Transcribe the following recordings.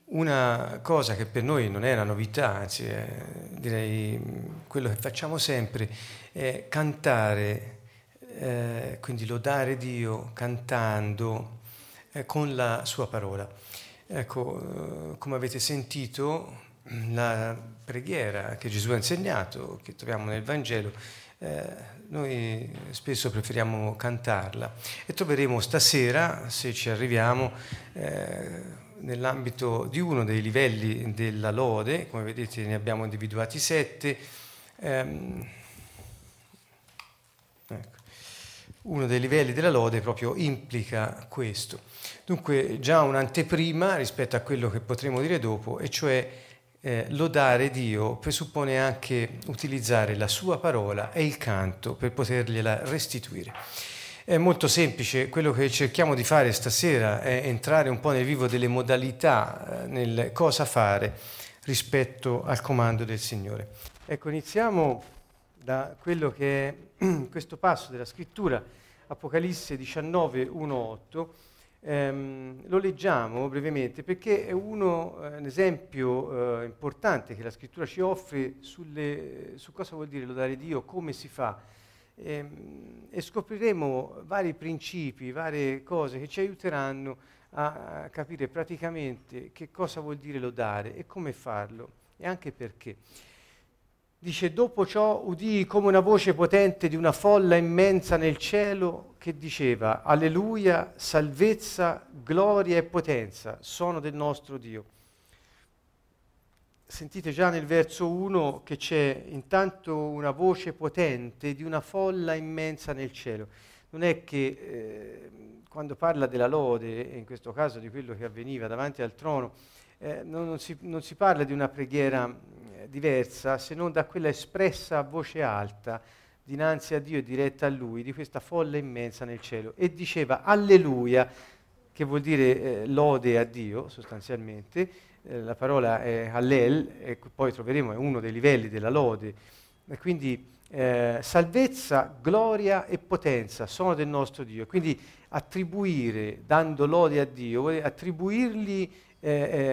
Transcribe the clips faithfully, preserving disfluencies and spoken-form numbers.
una cosa che per noi non è una novità, anzi è, direi quello che facciamo sempre, è cantare, eh, quindi lodare Dio cantando eh, con la sua parola. Ecco, eh, come avete sentito, la preghiera che Gesù ha insegnato, che troviamo nel Vangelo, eh, noi spesso preferiamo cantarla e troveremo stasera, se ci arriviamo, eh, nell'ambito di uno dei livelli della lode, come vedete ne abbiamo individuati sette, ehm, ecco, uno dei livelli della lode proprio implica questo. Dunque già un'anteprima rispetto a quello che potremo dire dopo, e cioè eh, lodare Dio presuppone anche utilizzare la sua parola e il canto per potergliela restituire. È molto semplice, quello che cerchiamo di fare stasera è entrare un po' nel vivo delle modalità, nel cosa fare rispetto al comando del Signore. Ecco, iniziamo da quello che è questo passo della scrittura, Apocalisse diciannove, uno otto. Ehm, lo leggiamo brevemente perché è uno, eh, un esempio eh, importante che la scrittura ci offre sulle, su cosa vuol dire lodare Dio, come si fa. E, e scopriremo vari principi, varie cose che ci aiuteranno a capire praticamente che cosa vuol dire lodare e come farlo e anche perché. Dice: dopo ciò udii come una voce potente di una folla immensa nel cielo che diceva: Alleluia, salvezza, gloria e potenza sono del nostro Dio. Sentite già nel verso uno che c'è intanto una voce potente di una folla immensa nel cielo. Non è che eh, quando parla della lode, e in questo caso di quello che avveniva davanti al trono, eh, non, non, si, non si parla di una preghiera eh, diversa se non da quella espressa a voce alta dinanzi a Dio e diretta a Lui, di questa folla immensa nel cielo. E diceva Alleluia, che vuol dire eh, lode a Dio sostanzialmente. Eh, la parola è Hallel, e poi troveremo è uno dei livelli della lode, e quindi eh, salvezza, gloria e potenza sono del nostro Dio. Quindi attribuire, dando lode a Dio, attribuirgli eh,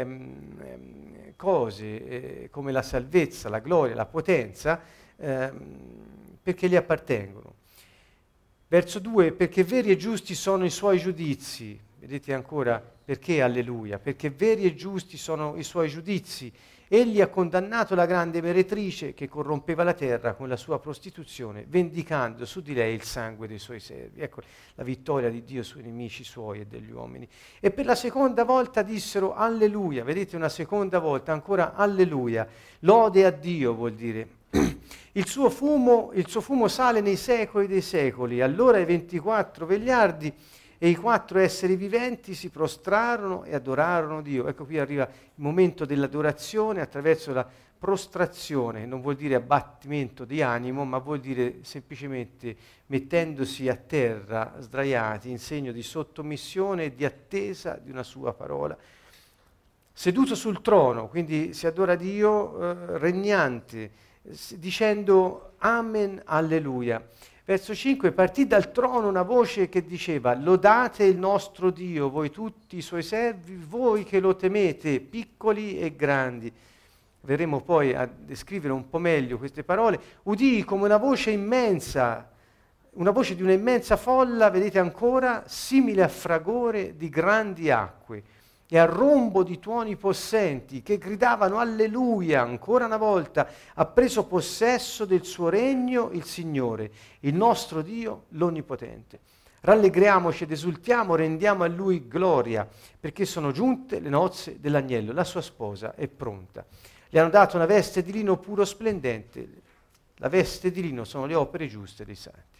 ehm, cose eh, come la salvezza, la gloria, la potenza, ehm, perché gli appartengono. Verso due, perché veri e giusti sono i suoi giudizi. Vedete ancora perché alleluia? Perché veri e giusti sono i suoi giudizi. Egli ha condannato la grande meretrice che corrompeva la terra con la sua prostituzione, vendicando su di lei il sangue dei suoi servi. Ecco la vittoria di Dio sui nemici suoi e degli uomini. E per la seconda volta dissero alleluia. Vedete, una seconda volta ancora alleluia. Lode a Dio vuol dire. Il suo fumo, il suo fumo sale nei secoli dei secoli. Allora i ventiquattro vegliardi e i quattro esseri viventi si prostrarono e adorarono Dio. Ecco, qui arriva il momento dell'adorazione attraverso la prostrazione, che non vuol dire abbattimento di animo, ma vuol dire semplicemente mettendosi a terra, sdraiati, in segno di sottomissione e di attesa di una sua parola. Seduto sul trono, quindi si adora Dio eh, regnante, dicendo Amen, Alleluia. Verso cinque, partì dal trono una voce che diceva: lodate il nostro Dio, voi tutti i suoi servi, voi che lo temete, piccoli e grandi. Verremo poi a descrivere un po' meglio queste parole. Udii come una voce immensa, una voce di una immensa folla, vedete ancora, simile a fragore di grandi acque e a rombo di tuoni possenti che gridavano alleluia, ancora una volta, ha preso possesso del suo regno il Signore, il nostro Dio l'Onnipotente. Rallegriamoci ed esultiamo, rendiamo a Lui gloria, perché sono giunte le nozze dell'agnello, la sua sposa è pronta. Le hanno dato una veste di lino puro splendente, la veste di lino sono le opere giuste dei santi.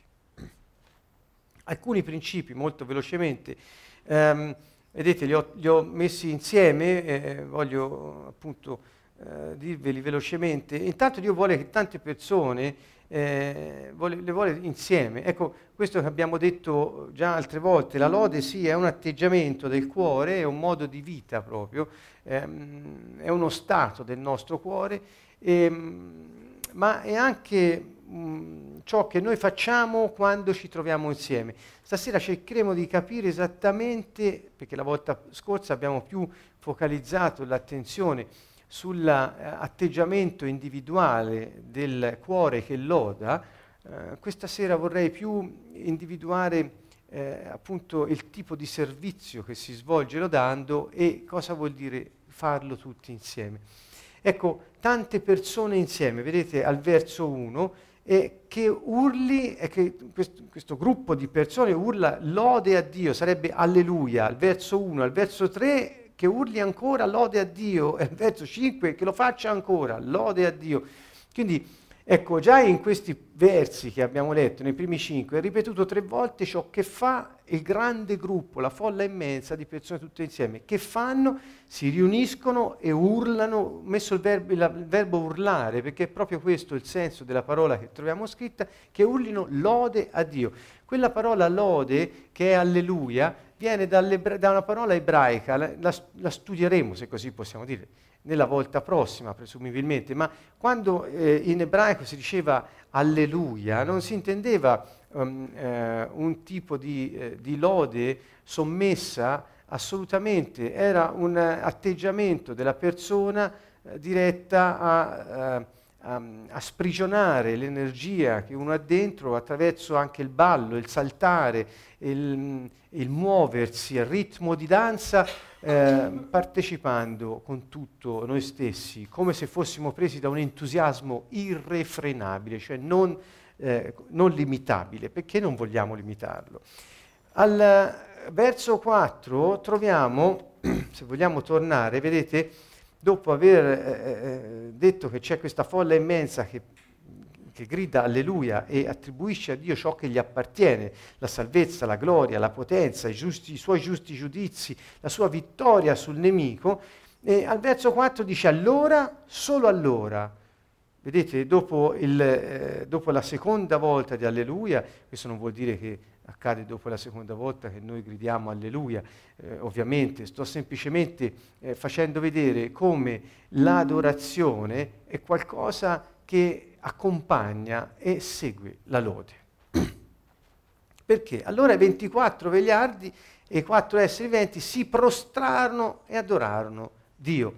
Alcuni principi, molto velocemente, um, vedete, li ho, li ho messi insieme, eh, voglio appunto eh, dirveli velocemente. Intanto Dio vuole che tante persone eh, vuole, le vuole insieme. Ecco, questo che abbiamo detto già altre volte, la lode sì, è un atteggiamento del cuore, è un modo di vita proprio, ehm, è uno stato del nostro cuore, ehm, ma è anche mh, ciò che noi facciamo quando ci troviamo insieme. Stasera cercheremo di capire esattamente, perché la volta scorsa abbiamo più focalizzato l'attenzione sull'atteggiamento individuale del cuore che loda, eh, questa sera vorrei più individuare eh, appunto il tipo di servizio che si svolge lodando e cosa vuol dire farlo tutti insieme. Ecco, tante persone insieme, vedete al verso uno, e che urli, e che questo, questo gruppo di persone urla lode a Dio, sarebbe alleluia, al verso uno, al verso tre che urli ancora lode a Dio, e al verso cinque che lo faccia ancora, lode a Dio. Quindi ecco, già in questi versi che abbiamo letto, nei primi cinque, è ripetuto tre volte ciò che fa il grande gruppo, la folla immensa di persone tutte insieme, che fanno, si riuniscono e urlano, messo il verbo, il, il verbo urlare, perché è proprio questo il senso della parola che troviamo scritta, che urlino lode a Dio. Quella parola lode, che è alleluia, viene da una parola ebraica, la, la, la studieremo, se così possiamo dire, nella volta prossima, presumibilmente, ma quando eh, in ebraico si diceva alleluia, non si intendeva um, eh, un tipo di, eh, di lode sommessa, assolutamente, era un uh, atteggiamento della persona uh, diretta a, uh, a, a sprigionare l'energia che uno ha dentro attraverso anche il ballo, il saltare, il, il muoversi, il ritmo di danza, Eh, partecipando con tutto noi stessi, come se fossimo presi da un entusiasmo irrefrenabile, cioè non, eh, non limitabile, perché non vogliamo limitarlo. Al verso quattro troviamo, se vogliamo tornare, vedete, dopo aver eh, detto che c'è questa folla immensa che che grida alleluia e attribuisce a Dio ciò che gli appartiene, la salvezza, la gloria, la potenza, i, giusti, i suoi giusti giudizi, la sua vittoria sul nemico, e al verso quattro dice allora, solo allora. Vedete, dopo, il, eh, dopo la seconda volta di alleluia, questo non vuol dire che accade dopo la seconda volta che noi gridiamo alleluia, eh, ovviamente sto semplicemente eh, facendo vedere come l'adorazione è qualcosa che accompagna e segue la lode. Perché? Allora i ventiquattro vegliardi e i quattro esseri viventi si prostrarono e adorarono Dio.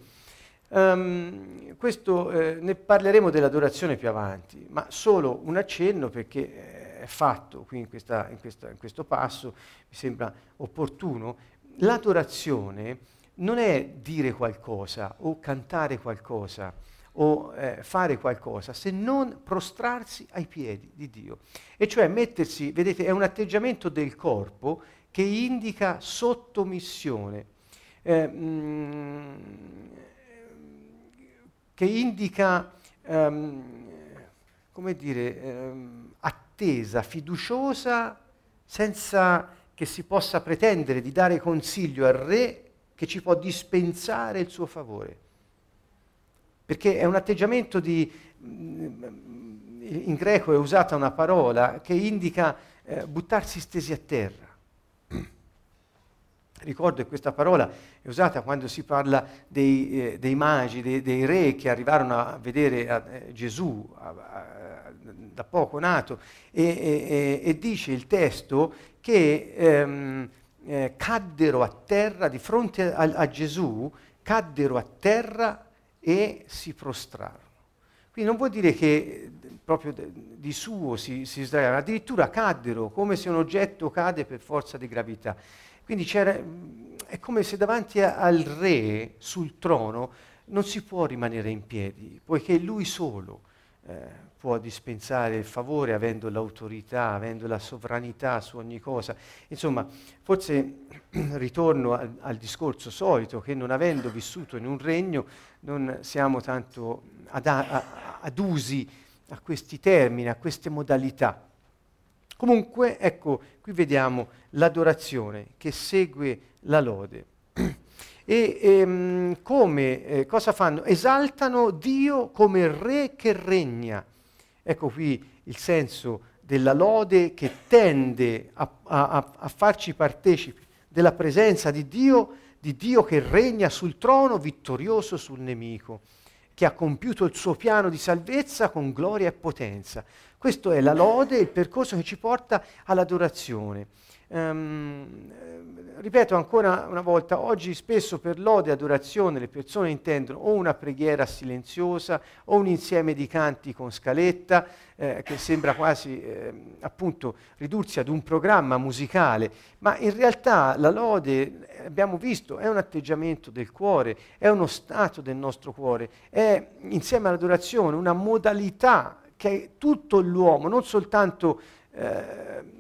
Um, questo eh, ne parleremo dell'adorazione più avanti, ma solo un accenno perché è fatto qui in, questa, in, questa, in questo passo, mi sembra opportuno. L'adorazione non è dire qualcosa o cantare qualcosa o eh, fare qualcosa, se non prostrarsi ai piedi di Dio. E cioè mettersi, vedete, è un atteggiamento del corpo che indica sottomissione, eh, mh, che indica, um, come dire, um, attesa, fiduciosa, senza che si possa pretendere di dare consiglio al re che ci può dispensare il suo favore. Perché è un atteggiamento di, in greco è usata una parola che indica eh, buttarsi stesi a terra. Ricordo che questa parola è usata quando si parla dei, eh, dei magi, dei, dei re che arrivarono a vedere a, eh, Gesù a, a, da poco nato e, e, e dice il testo che ehm, eh, caddero a terra di fronte a, a Gesù, caddero a terra e si prostrarono. Quindi non vuol dire che proprio di suo si, si sdraiarono, addirittura caddero, come se un oggetto cade per forza di gravità. Quindi c'era, è come se davanti a, al re sul trono non si può rimanere in piedi, poiché lui solo eh, può dispensare il favore avendo l'autorità, avendo la sovranità su ogni cosa. Insomma, forse ritorno al, al discorso solito che non avendo vissuto in un regno non siamo tanto ad, a, adusi a questi termini, a queste modalità. Comunque, ecco, qui vediamo l'adorazione che segue la lode. E ehm, come, eh, cosa fanno? Esaltano Dio come il re che regna. Ecco qui il senso della lode che tende a, a, a farci partecipi della presenza di Dio, di Dio che regna sul trono vittorioso sul nemico, che ha compiuto il suo piano di salvezza con gloria e potenza. Questo è la lode, il percorso che ci porta all'adorazione. Um, ripeto ancora una volta, oggi spesso per lode e adorazione le persone intendono o una preghiera silenziosa o un insieme di canti con scaletta eh, che sembra quasi eh, appunto ridursi ad un programma musicale, ma in realtà la lode, abbiamo visto, è un atteggiamento del cuore, è uno stato del nostro cuore, è insieme all'adorazione una modalità che tutto l'uomo, non soltanto eh,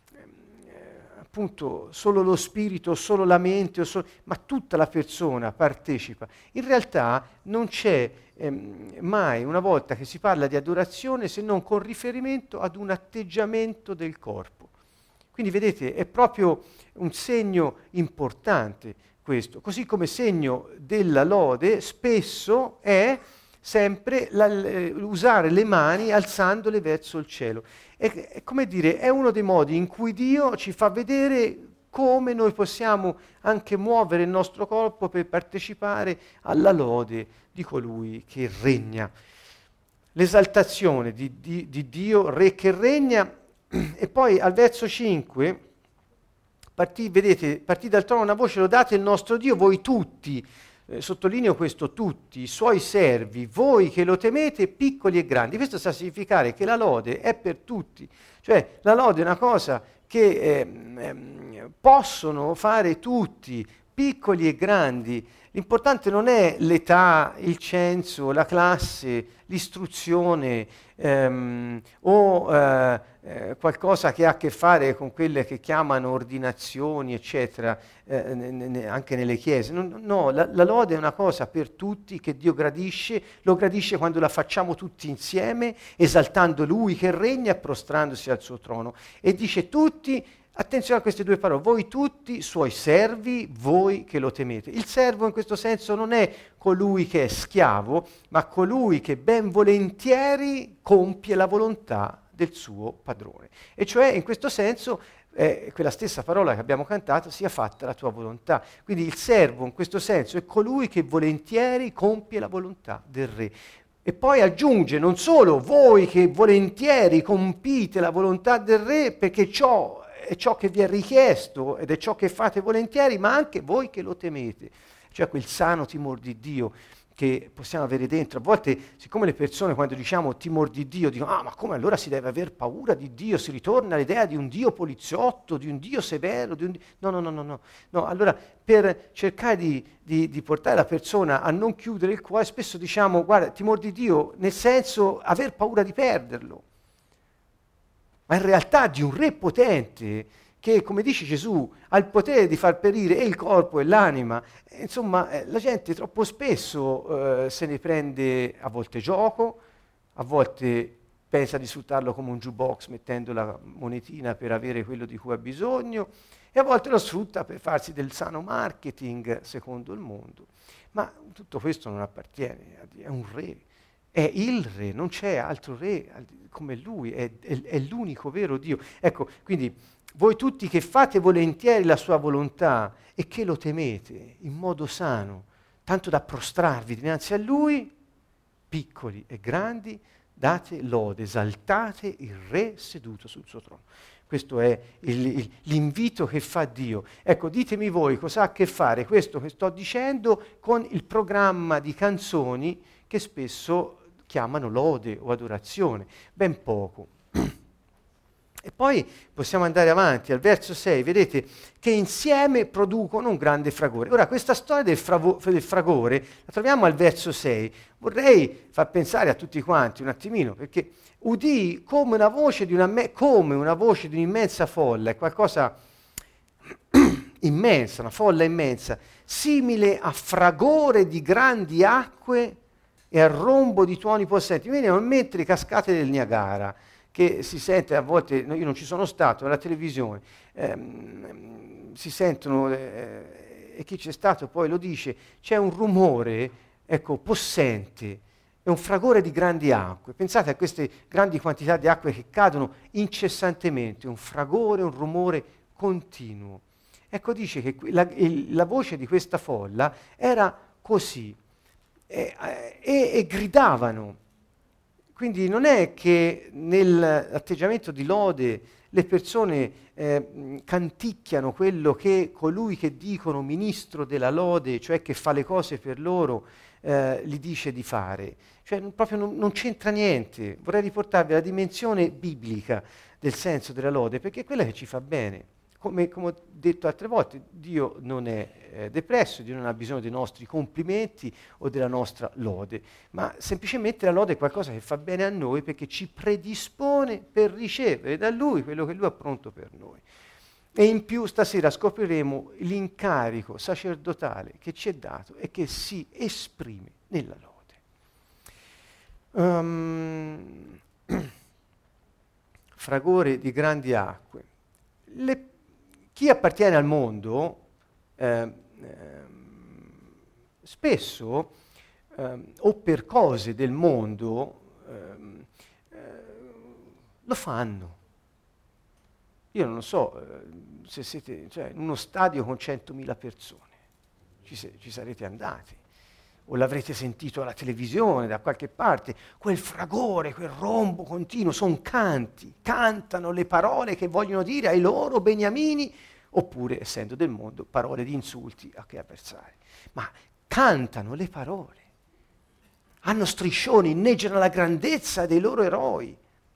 appunto solo lo spirito, solo la mente, solo, ma tutta la persona partecipa. In realtà non c'è ehm, mai una volta che si parla di adorazione se non con riferimento ad un atteggiamento del corpo. Quindi vedete, è proprio un segno importante questo, così come segno della lode spesso è sempre la, usare le mani alzandole verso il cielo. È, è come dire, è uno dei modi in cui Dio ci fa vedere come noi possiamo anche muovere il nostro corpo per partecipare alla lode di colui che regna. L'esaltazione di, di, di Dio, Re che regna, e poi al verso cinque, partì, vedete, partì dal trono una voce, lodate il nostro Dio, voi tutti, eh, sottolineo questo, tutti, i suoi servi, voi che lo temete, piccoli e grandi. Questo sta a significare che la lode è per tutti, cioè la lode è una cosa che eh, eh, possono fare tutti, piccoli e grandi. L'importante non è l'età, il censo, la classe, l'istruzione ehm, o eh, eh, qualcosa che ha a che fare con quelle che chiamano ordinazioni, eccetera, eh, ne, ne, anche nelle chiese. No, no la, la lode è una cosa per tutti che Dio gradisce, lo gradisce quando la facciamo tutti insieme, esaltando Lui che regna e prostrandosi al suo trono. E dice tutti. Attenzione a queste due parole, voi tutti, suoi servi, voi che lo temete. Il servo in questo senso non è colui che è schiavo, ma colui che ben volentieri compie la volontà del suo padrone. E cioè in questo senso, eh, quella stessa parola che abbiamo cantato, sia fatta la tua volontà. Quindi il servo in questo senso è colui che volentieri compie la volontà del re. E poi aggiunge non solo voi che volentieri compite la volontà del re, perché ciò è ciò che vi è richiesto ed è ciò che fate volentieri, ma anche voi che lo temete, cioè quel sano timore di Dio che possiamo avere dentro. A volte, siccome le persone quando diciamo timore di Dio dicono ah ma come allora si deve aver paura di Dio, si ritorna all'idea di un Dio poliziotto, di un Dio severo, di un Dio... No, no, no, no, no, no. Allora per cercare di, di, di portare la persona a non chiudere il cuore, spesso diciamo guarda, timore di Dio nel senso aver paura di perderlo, ma in realtà di un re potente che, come dice Gesù, ha il potere di far perire e il corpo e l'anima. E, insomma, eh, la gente troppo spesso eh, se ne prende a volte gioco, a volte pensa di sfruttarlo come un jukebox mettendo la monetina per avere quello di cui ha bisogno e a volte lo sfrutta per farsi del sano marketing secondo il mondo. Ma tutto questo non appartiene, è un re. È il re, non c'è altro re come lui, è, è, è l'unico vero Dio. Ecco, quindi voi tutti che fate volentieri la sua volontà e che lo temete in modo sano, tanto da prostrarvi dinanzi a lui, piccoli e grandi, date lode, esaltate il re seduto sul suo trono. Questo è il, il, l'invito che fa Dio. Ecco, ditemi voi cosa ha a che fare questo che sto dicendo con il programma di canzoni che spesso chiamano lode o adorazione, ben poco. E poi possiamo andare avanti al verso sei, vedete che insieme producono un grande fragore. Ora questa storia del, fravo- del fragore la troviamo al verso sei. Vorrei far pensare a tutti quanti un attimino, perché udì come una voce di una me- come una voce di un'immensa folla, è qualcosa immensa, una folla immensa, simile a fragore di grandi acque e al rombo di tuoni possenti. Mi venivano in mente le cascate del Niagara, che si sente a volte, no, io non ci sono stato, alla televisione, ehm, si sentono, eh, e chi c'è stato poi lo dice, c'è un rumore, ecco, possente, è un fragore di grandi acque. Pensate a queste grandi quantità di acque che cadono incessantemente, un fragore, un rumore continuo. Ecco, dice che la, il, la voce di questa folla era così, e, e, e gridavano. quindi non è che nell'atteggiamento di lode le persone eh, canticchiano quello che colui che dicono ministro della lode, cioè che fa le cose per loro, eh, gli dice di fare. Cioè proprio non, non c'entra niente. Vorrei riportarvi alla dimensione biblica del senso della lode, perché è quella che ci fa bene. Come, come ho detto altre volte, Dio non è eh, depresso, Dio non ha bisogno dei nostri complimenti o della nostra lode, ma semplicemente la lode è qualcosa che fa bene a noi perché ci predispone per ricevere da Lui quello che Lui ha pronto per noi. E in più stasera scopriremo l'incarico sacerdotale che ci è dato e che si esprime nella lode. Um, fragore di grandi acque. Le Chi appartiene al mondo eh, eh, spesso eh, o per cose del mondo eh, eh, lo fanno. Io non so eh, se siete cioè, in uno stadio con centomila persone, ci, se, ci sarete andati o l'avrete sentito alla televisione da qualche parte, quel fragore, quel rombo continuo, sono canti, cantano le parole che vogliono dire ai loro beniamini, oppure, essendo del mondo, parole di insulti a che avversari. Ma cantano le parole, hanno striscioni, inneggiano la grandezza dei loro eroi,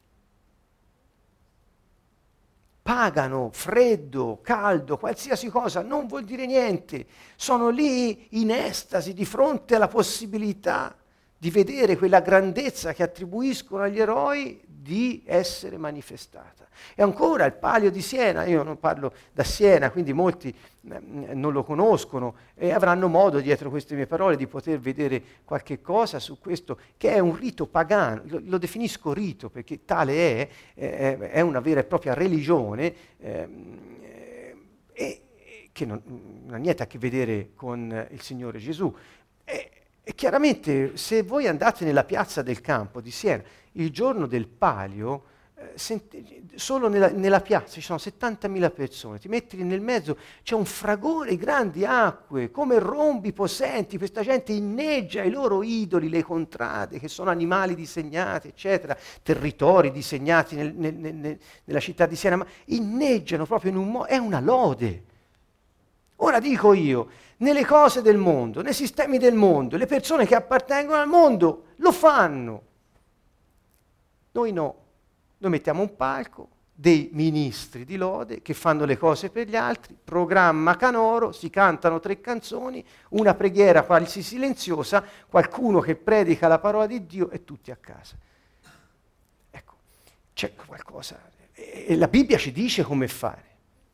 pagano freddo, caldo, qualsiasi cosa, non vuol dire niente, sono lì in estasi di fronte alla possibilità di vedere quella grandezza che attribuiscono agli eroi di essere manifestata. E ancora il Palio di Siena, io non parlo da Siena, quindi molti eh, non lo conoscono e avranno modo, dietro queste mie parole, di poter vedere qualche cosa su questo, che è un rito pagano, lo, lo definisco rito perché tale è, eh, è una vera e propria religione, eh, eh, che non, non ha niente a che vedere con il Signore Gesù. E, e chiaramente se voi andate nella piazza del campo di Siena, il giorno del Palio, eh, senti, solo nella, nella piazza ci sono settantamila persone, ti metti lì nel mezzo, c'è un fragore, grandi acque, come rombi possenti, questa gente inneggia i loro idoli, le contrade, che sono animali disegnati, eccetera, territori disegnati nel, nel, nel, nella città di Siena, ma inneggiano proprio in un modo, è una lode. Ora dico io, nelle cose del mondo, nei sistemi del mondo, le persone che appartengono al mondo lo fanno. Noi no, noi mettiamo un palco, dei ministri di lode che fanno le cose per gli altri, programma canoro, si cantano tre canzoni, una preghiera quasi silenziosa, qualcuno che predica la parola di Dio e tutti a casa. Ecco, c'è qualcosa, e la Bibbia ci dice come fare.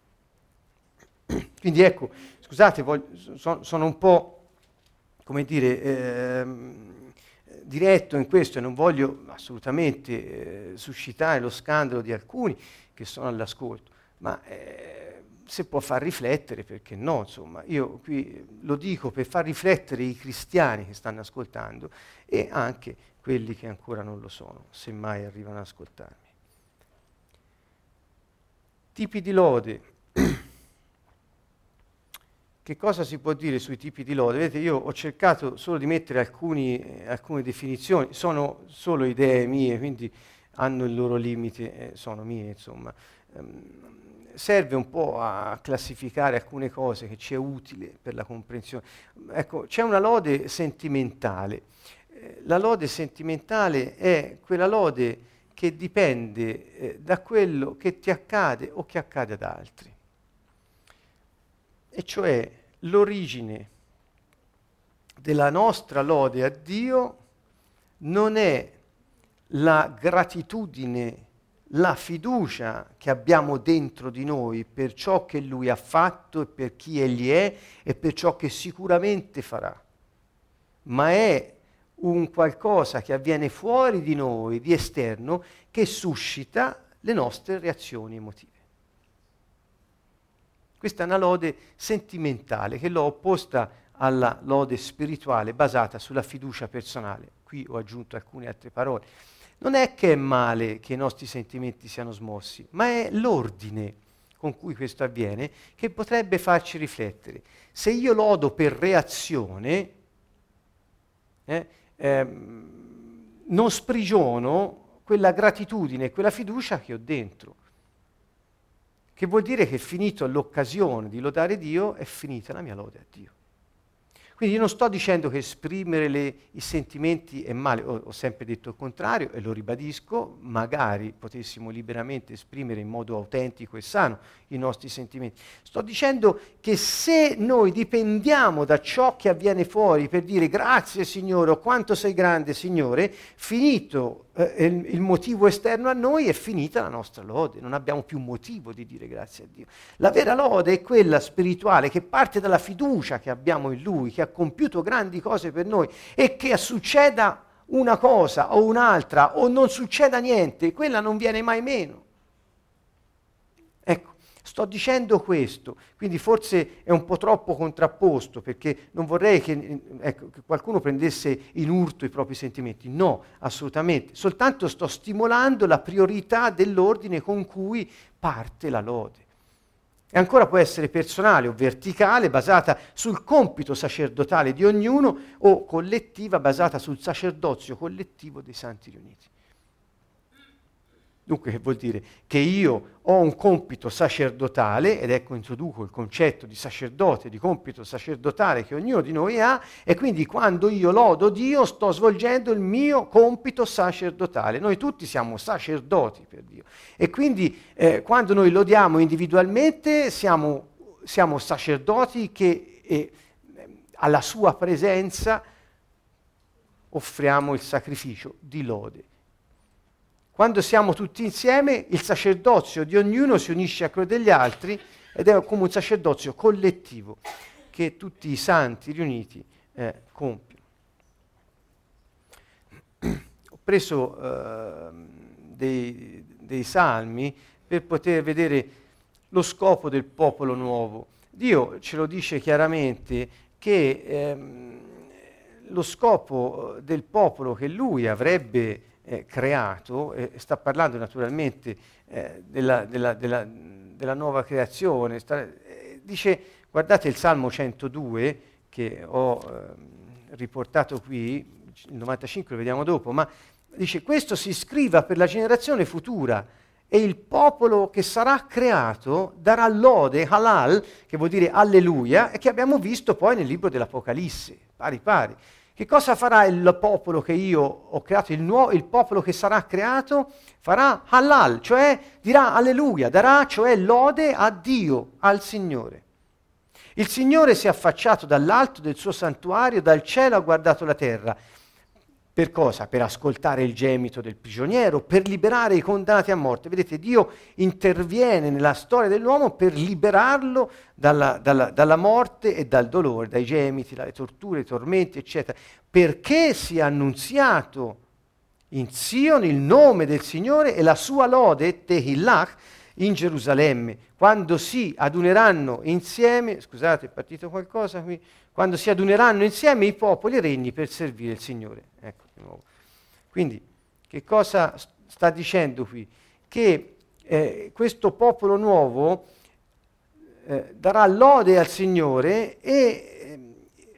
Quindi ecco, scusate, voglio, so, sono un po', come dire, ehm, diretto in questo e non voglio assolutamente eh, suscitare lo scandalo di alcuni che sono all'ascolto, ma eh, se può far riflettere, perché no, insomma, io qui lo dico per far riflettere i cristiani che stanno ascoltando e anche quelli che ancora non lo sono, se mai arrivano ad ascoltarmi. Tipi di lode. Che cosa si può dire sui tipi di lode? Vedete, io ho cercato solo di mettere alcuni, eh, alcune definizioni, sono solo idee mie, quindi hanno il loro limite, eh, sono mie, insomma. Um, serve un po' a classificare alcune cose che ci è utile per la comprensione. Ecco, c'è una lode sentimentale. Eh, la lode sentimentale è quella lode che dipende eh, da quello che ti accade o che accade ad altri. E cioè l'origine della nostra lode a Dio non è la gratitudine, la fiducia che abbiamo dentro di noi per ciò che Lui ha fatto e per chi Egli è e per ciò che sicuramente farà, ma è un qualcosa che avviene fuori di noi, di esterno, che suscita le nostre reazioni emotive. Questa è una lode sentimentale che l'ho opposta alla lode spirituale basata sulla fiducia personale. Qui ho aggiunto alcune altre parole. Non è che è male che i nostri sentimenti siano smossi, ma è l'ordine con cui questo avviene che potrebbe farci riflettere. Se io lodo per reazione, eh, ehm, non sprigiono quella gratitudine, quella fiducia che ho dentro. Che vuol dire che finito l'occasione di lodare Dio, è finita la mia lode a Dio. Quindi io non sto dicendo che esprimere le, i sentimenti è male, ho, ho sempre detto il contrario e lo ribadisco, magari potessimo liberamente esprimere in modo autentico e sano i nostri sentimenti. Sto dicendo che se noi dipendiamo da ciò che avviene fuori per dire grazie Signore o quanto sei grande Signore, finito eh, il, il motivo esterno a noi è finita la nostra lode, non abbiamo più motivo di dire grazie a Dio. La vera lode è quella spirituale che parte dalla fiducia che abbiamo in Lui, che ha compiuto grandi cose per noi e che succeda una cosa o un'altra o non succeda niente, quella non viene mai meno. Ecco, sto dicendo questo, quindi forse è un po' troppo contrapposto perché non vorrei che, ecco, che qualcuno prendesse in urto i propri sentimenti. No, assolutamente. Soltanto sto stimolando la priorità dell'ordine con cui parte la lode. E ancora può essere personale o verticale, basata sul compito sacerdotale di ognuno, o collettiva, basata sul sacerdozio collettivo dei santi riuniti. Dunque, che vuol dire? Che io ho un compito sacerdotale, ed ecco introduco il concetto di sacerdote, di compito sacerdotale che ognuno di noi ha, e quindi quando io lodo Dio sto svolgendo il mio compito sacerdotale. Noi tutti siamo sacerdoti per Dio. E quindi eh, quando noi lodiamo individualmente siamo, siamo sacerdoti che eh, alla sua presenza offriamo il sacrificio di lode. Quando siamo tutti insieme, il sacerdozio di ognuno si unisce a quello degli altri ed è come un sacerdozio collettivo che tutti i santi riuniti eh, compiono. Ho preso eh, dei, dei salmi per poter vedere lo scopo del popolo nuovo. Dio ce lo dice chiaramente che ehm, lo scopo del popolo che lui avrebbe Eh, creato, e eh, sta parlando naturalmente eh, della, della, della, della nuova creazione, sta, eh, dice, guardate il Salmo centodue che ho eh, riportato qui, il novantacinque lo vediamo dopo, ma dice questo si scriva per la generazione futura e il popolo che sarà creato darà lode, halal, che vuol dire alleluia, e che abbiamo visto poi nel libro dell'Apocalisse, pari pari. Che cosa farà il popolo che io ho creato? Il, nuovo, il popolo che sarà creato farà halal, cioè dirà alleluia, darà cioè lode a Dio, al Signore. Il Signore si è affacciato dall'alto del suo santuario, dal cielo ha guardato la terra. Per cosa? Per ascoltare il gemito del prigioniero, per liberare i condannati a morte. Vedete, Dio interviene nella storia dell'uomo per liberarlo dalla, dalla, dalla morte e dal dolore, dai gemiti, dalle torture, i tormenti, eccetera, perché sia annunziato in Sion il nome del Signore e la sua lode, Tehillah, in Gerusalemme. Quando si aduneranno insieme, scusate, è partito qualcosa qui, quando si aduneranno insieme i popoli e regni per servire il Signore. Ecco, di nuovo. Quindi, che cosa sta dicendo qui? Che eh, questo popolo nuovo eh, darà lode al Signore e eh,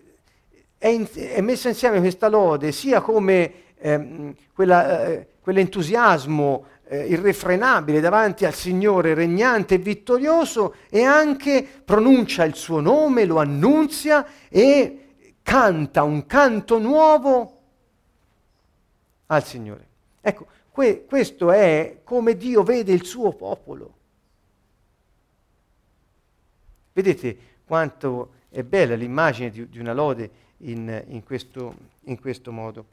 è, in, è messa insieme questa lode sia come eh, quella, eh, quell'entusiasmo eh, irrefrenabile davanti al Signore regnante e vittorioso, e anche pronuncia il suo nome, lo annunzia e canta un canto nuovo al Signore. Ecco, que- questo è come Dio vede il suo popolo. Vedete quanto è bella l'immagine di, di una lode in, in, questo, in questo modo.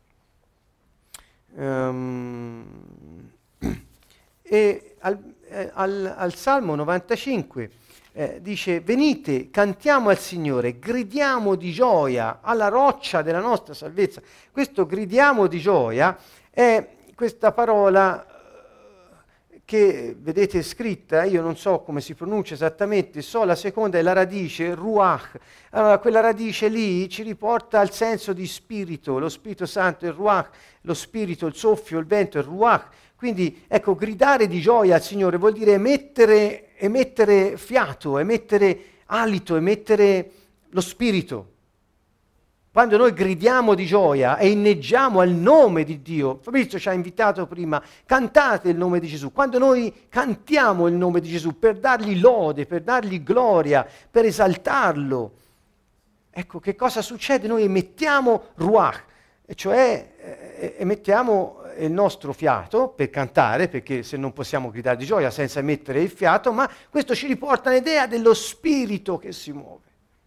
Um, e al, eh, al, al Salmo novantacinque eh, dice: venite, cantiamo al Signore, gridiamo di gioia alla roccia della nostra salvezza. Questo gridiamo di gioia è questa parola che vedete scritta, io non so come si pronuncia esattamente, so la seconda è la radice, ruach. Allora quella radice lì ci riporta al senso di spirito, lo Spirito Santo, il ruach, lo spirito, il soffio, il vento, il ruach. Quindi ecco, gridare di gioia al Signore vuol dire emettere, emettere fiato, emettere alito, emettere lo spirito. Quando noi gridiamo di gioia e inneggiamo al nome di Dio, Fabrizio ci ha invitato prima, cantate il nome di Gesù. Quando noi cantiamo il nome di Gesù per dargli lode, per dargli gloria, per esaltarlo, ecco che cosa succede? Noi emettiamo ruach, cioè eh, emettiamo il nostro fiato per cantare, perché se non possiamo gridare di gioia senza emettere il fiato, ma questo ci riporta all'idea dello spirito che si muove.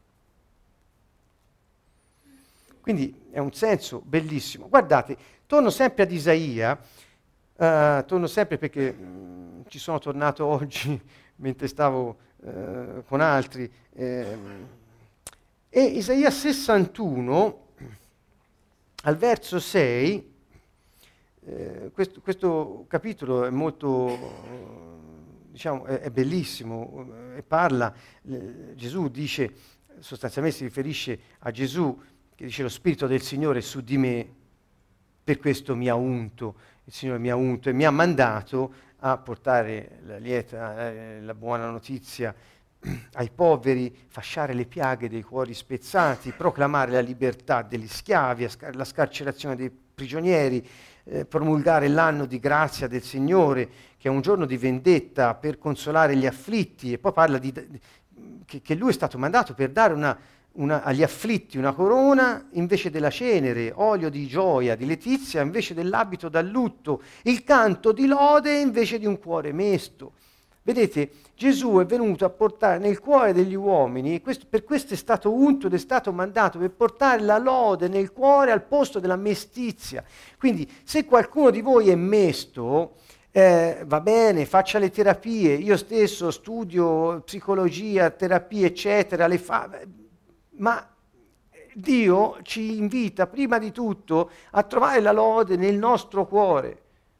Quindi è un senso bellissimo. Guardate, torno sempre ad Isaia, uh, torno sempre perché mh, ci sono tornato oggi mentre stavo uh, con altri, eh, e Isaia sessantuno, al verso sei, eh, questo, questo capitolo è molto, diciamo, è, è bellissimo, e parla, eh, Gesù dice, sostanzialmente si riferisce a Gesù, che dice: lo Spirito del Signore è su di me, per questo mi ha unto, il Signore mi ha unto e mi ha mandato a portare la lieta, eh, la buona notizia ai poveri, fasciare le piaghe dei cuori spezzati, proclamare la libertà degli schiavi, la scarcerazione dei prigionieri, eh, promulgare l'anno di grazia del Signore, che è un giorno di vendetta per consolare gli afflitti, e poi parla di, che, che lui è stato mandato per dare una Una, agli afflitti una corona invece della cenere, olio di gioia, di letizia invece dell'abito da lutto, il canto di lode invece di un cuore mesto. Vedete, Gesù è venuto a portare nel cuore degli uomini, questo, per questo è stato unto ed è stato mandato, per portare la lode nel cuore al posto della mestizia. Quindi se qualcuno di voi è mesto, Eh, va bene, faccia le terapie, io stesso studio psicologia, terapie, eccetera, le fa... Ma Dio ci invita prima di tutto a trovare la lode nel nostro cuore.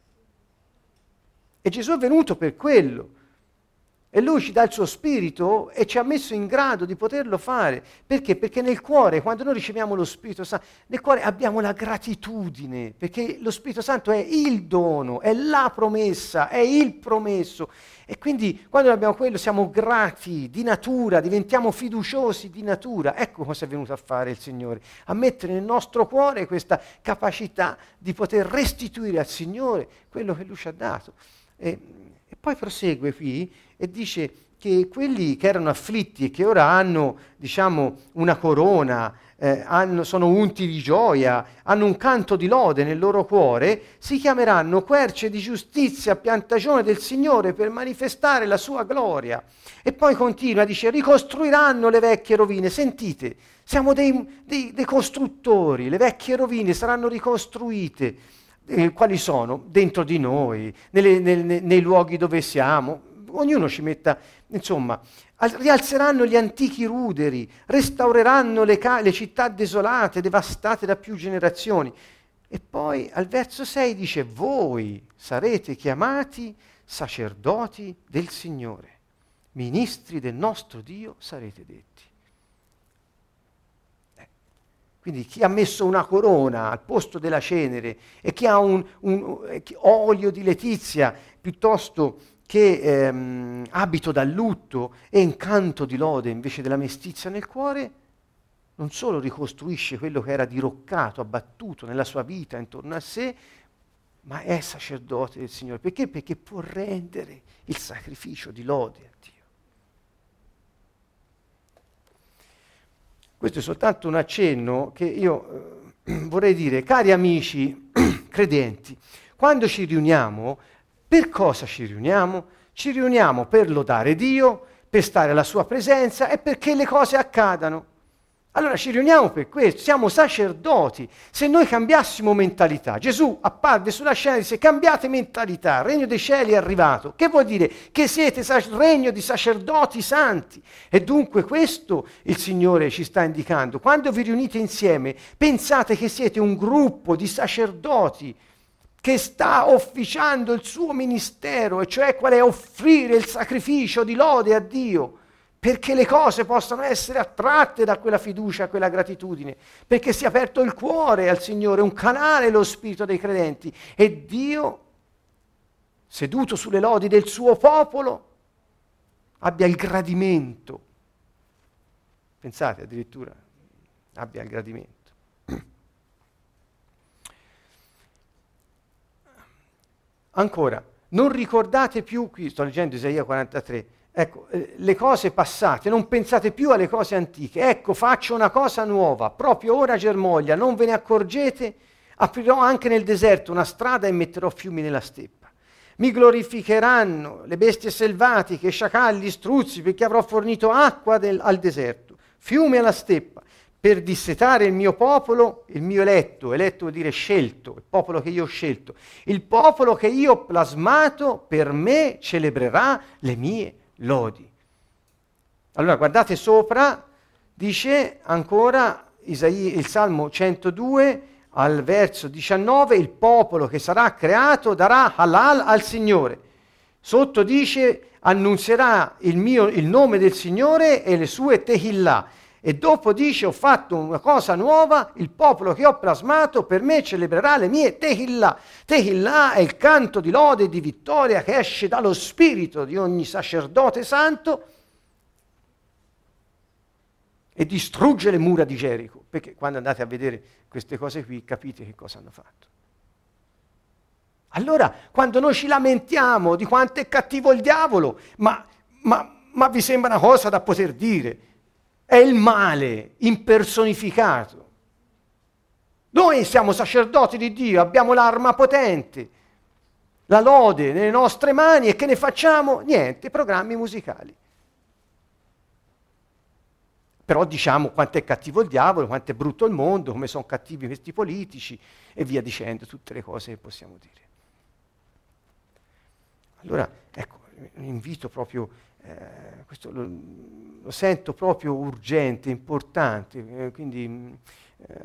E Gesù è venuto per quello. E Lui ci dà il suo Spirito e ci ha messo in grado di poterlo fare. Perché? Perché nel cuore, quando noi riceviamo lo Spirito Santo, nel cuore abbiamo la gratitudine, perché lo Spirito Santo è il dono, è la promessa, è il promesso. E quindi quando abbiamo quello siamo grati di natura, diventiamo fiduciosi di natura. Ecco cosa è venuto a fare il Signore, a mettere nel nostro cuore questa capacità di poter restituire al Signore quello che Lui ci ha dato. E, e poi prosegue qui e dice che quelli che erano afflitti e che ora hanno, diciamo, una corona, eh, hanno, sono unti di gioia, hanno un canto di lode nel loro cuore, si chiameranno querce di giustizia, piantagione del Signore per manifestare la sua gloria. E poi continua, dice, ricostruiranno le vecchie rovine. Sentite, siamo dei, dei, dei costruttori, le vecchie rovine saranno ricostruite. Eh, quali sono? Dentro di noi, nelle, nel, nei, nei luoghi dove siamo. Ognuno ci metta, insomma, al, rialzeranno gli antichi ruderi, restaureranno le, ca- le città desolate, devastate da più generazioni. E poi al verso sei dice: voi sarete chiamati sacerdoti del Signore, ministri del nostro Dio sarete detti. Eh. Quindi chi ha messo una corona al posto della cenere e chi ha un, un, un olio di letizia piuttosto che ehm, abito da lutto e incanto di lode invece della mestizia nel cuore, non solo ricostruisce quello che era diroccato, abbattuto nella sua vita intorno a sé, ma è sacerdote del Signore. Perché? Perché può rendere il sacrificio di lode a Dio. Questo è soltanto un accenno che io eh, vorrei dire, cari amici credenti, quando ci riuniamo, per cosa ci riuniamo? Ci riuniamo per lodare Dio, per stare alla sua presenza e perché le cose accadano. Allora ci riuniamo per questo, siamo sacerdoti. Se noi cambiassimo mentalità, Gesù apparve sulla scena e disse: cambiate mentalità, il regno dei cieli è arrivato. Che vuol dire? Che siete sac- regno di sacerdoti santi. E dunque questo il Signore ci sta indicando. Quando vi riunite insieme, pensate che siete un gruppo di sacerdoti che sta officiando il suo ministero, e cioè qual è offrire il sacrificio di lode a Dio, perché le cose possano essere attratte da quella fiducia, quella gratitudine, perché sia aperto il cuore al Signore, un canale lo spirito dei credenti, e Dio, seduto sulle lodi del suo popolo, abbia il gradimento. Pensate addirittura, abbia il gradimento. Ancora, non ricordate più, qui sto leggendo Isaia quarantatré, ecco, eh, le cose passate, non pensate più alle cose antiche. Ecco, faccio una cosa nuova, proprio ora germoglia, non ve ne accorgete? Aprirò anche nel deserto una strada e metterò fiumi nella steppa. Mi glorificheranno le bestie selvatiche, i sciacalli, gli struzzi, perché avrò fornito acqua del, al deserto, fiumi alla steppa, per dissetare il mio popolo, il mio eletto. Eletto vuol dire scelto, il popolo che io ho scelto. Il popolo che io ho plasmato per me celebrerà le mie lodi. Allora guardate sopra, dice ancora Isaia, il Salmo centodue, al verso diciannove, il popolo che sarà creato darà halal al Signore. Sotto dice, annunzierà il, mio, il nome del Signore e le sue tehillah. E dopo dice, ho fatto una cosa nuova, il popolo che ho plasmato per me celebrerà le mie tehillah. Tehillah è il canto di lode e di vittoria che esce dallo spirito di ogni sacerdote santo e distrugge le mura di Gerico, perché quando andate a vedere queste cose qui capite che cosa hanno fatto. Allora, quando noi ci lamentiamo di quanto è cattivo il diavolo, ma, ma, ma vi sembra una cosa da poter dire? È il male impersonificato. Noi siamo sacerdoti di Dio, abbiamo l'arma potente, la lode nelle nostre mani, e che ne facciamo? Niente, programmi musicali. Però diciamo quanto è cattivo il diavolo, quanto è brutto il mondo, come sono cattivi questi politici e via dicendo, tutte le cose che possiamo dire. Allora, ecco, invito proprio, eh, questo lo, lo sento proprio urgente, importante, eh, quindi eh,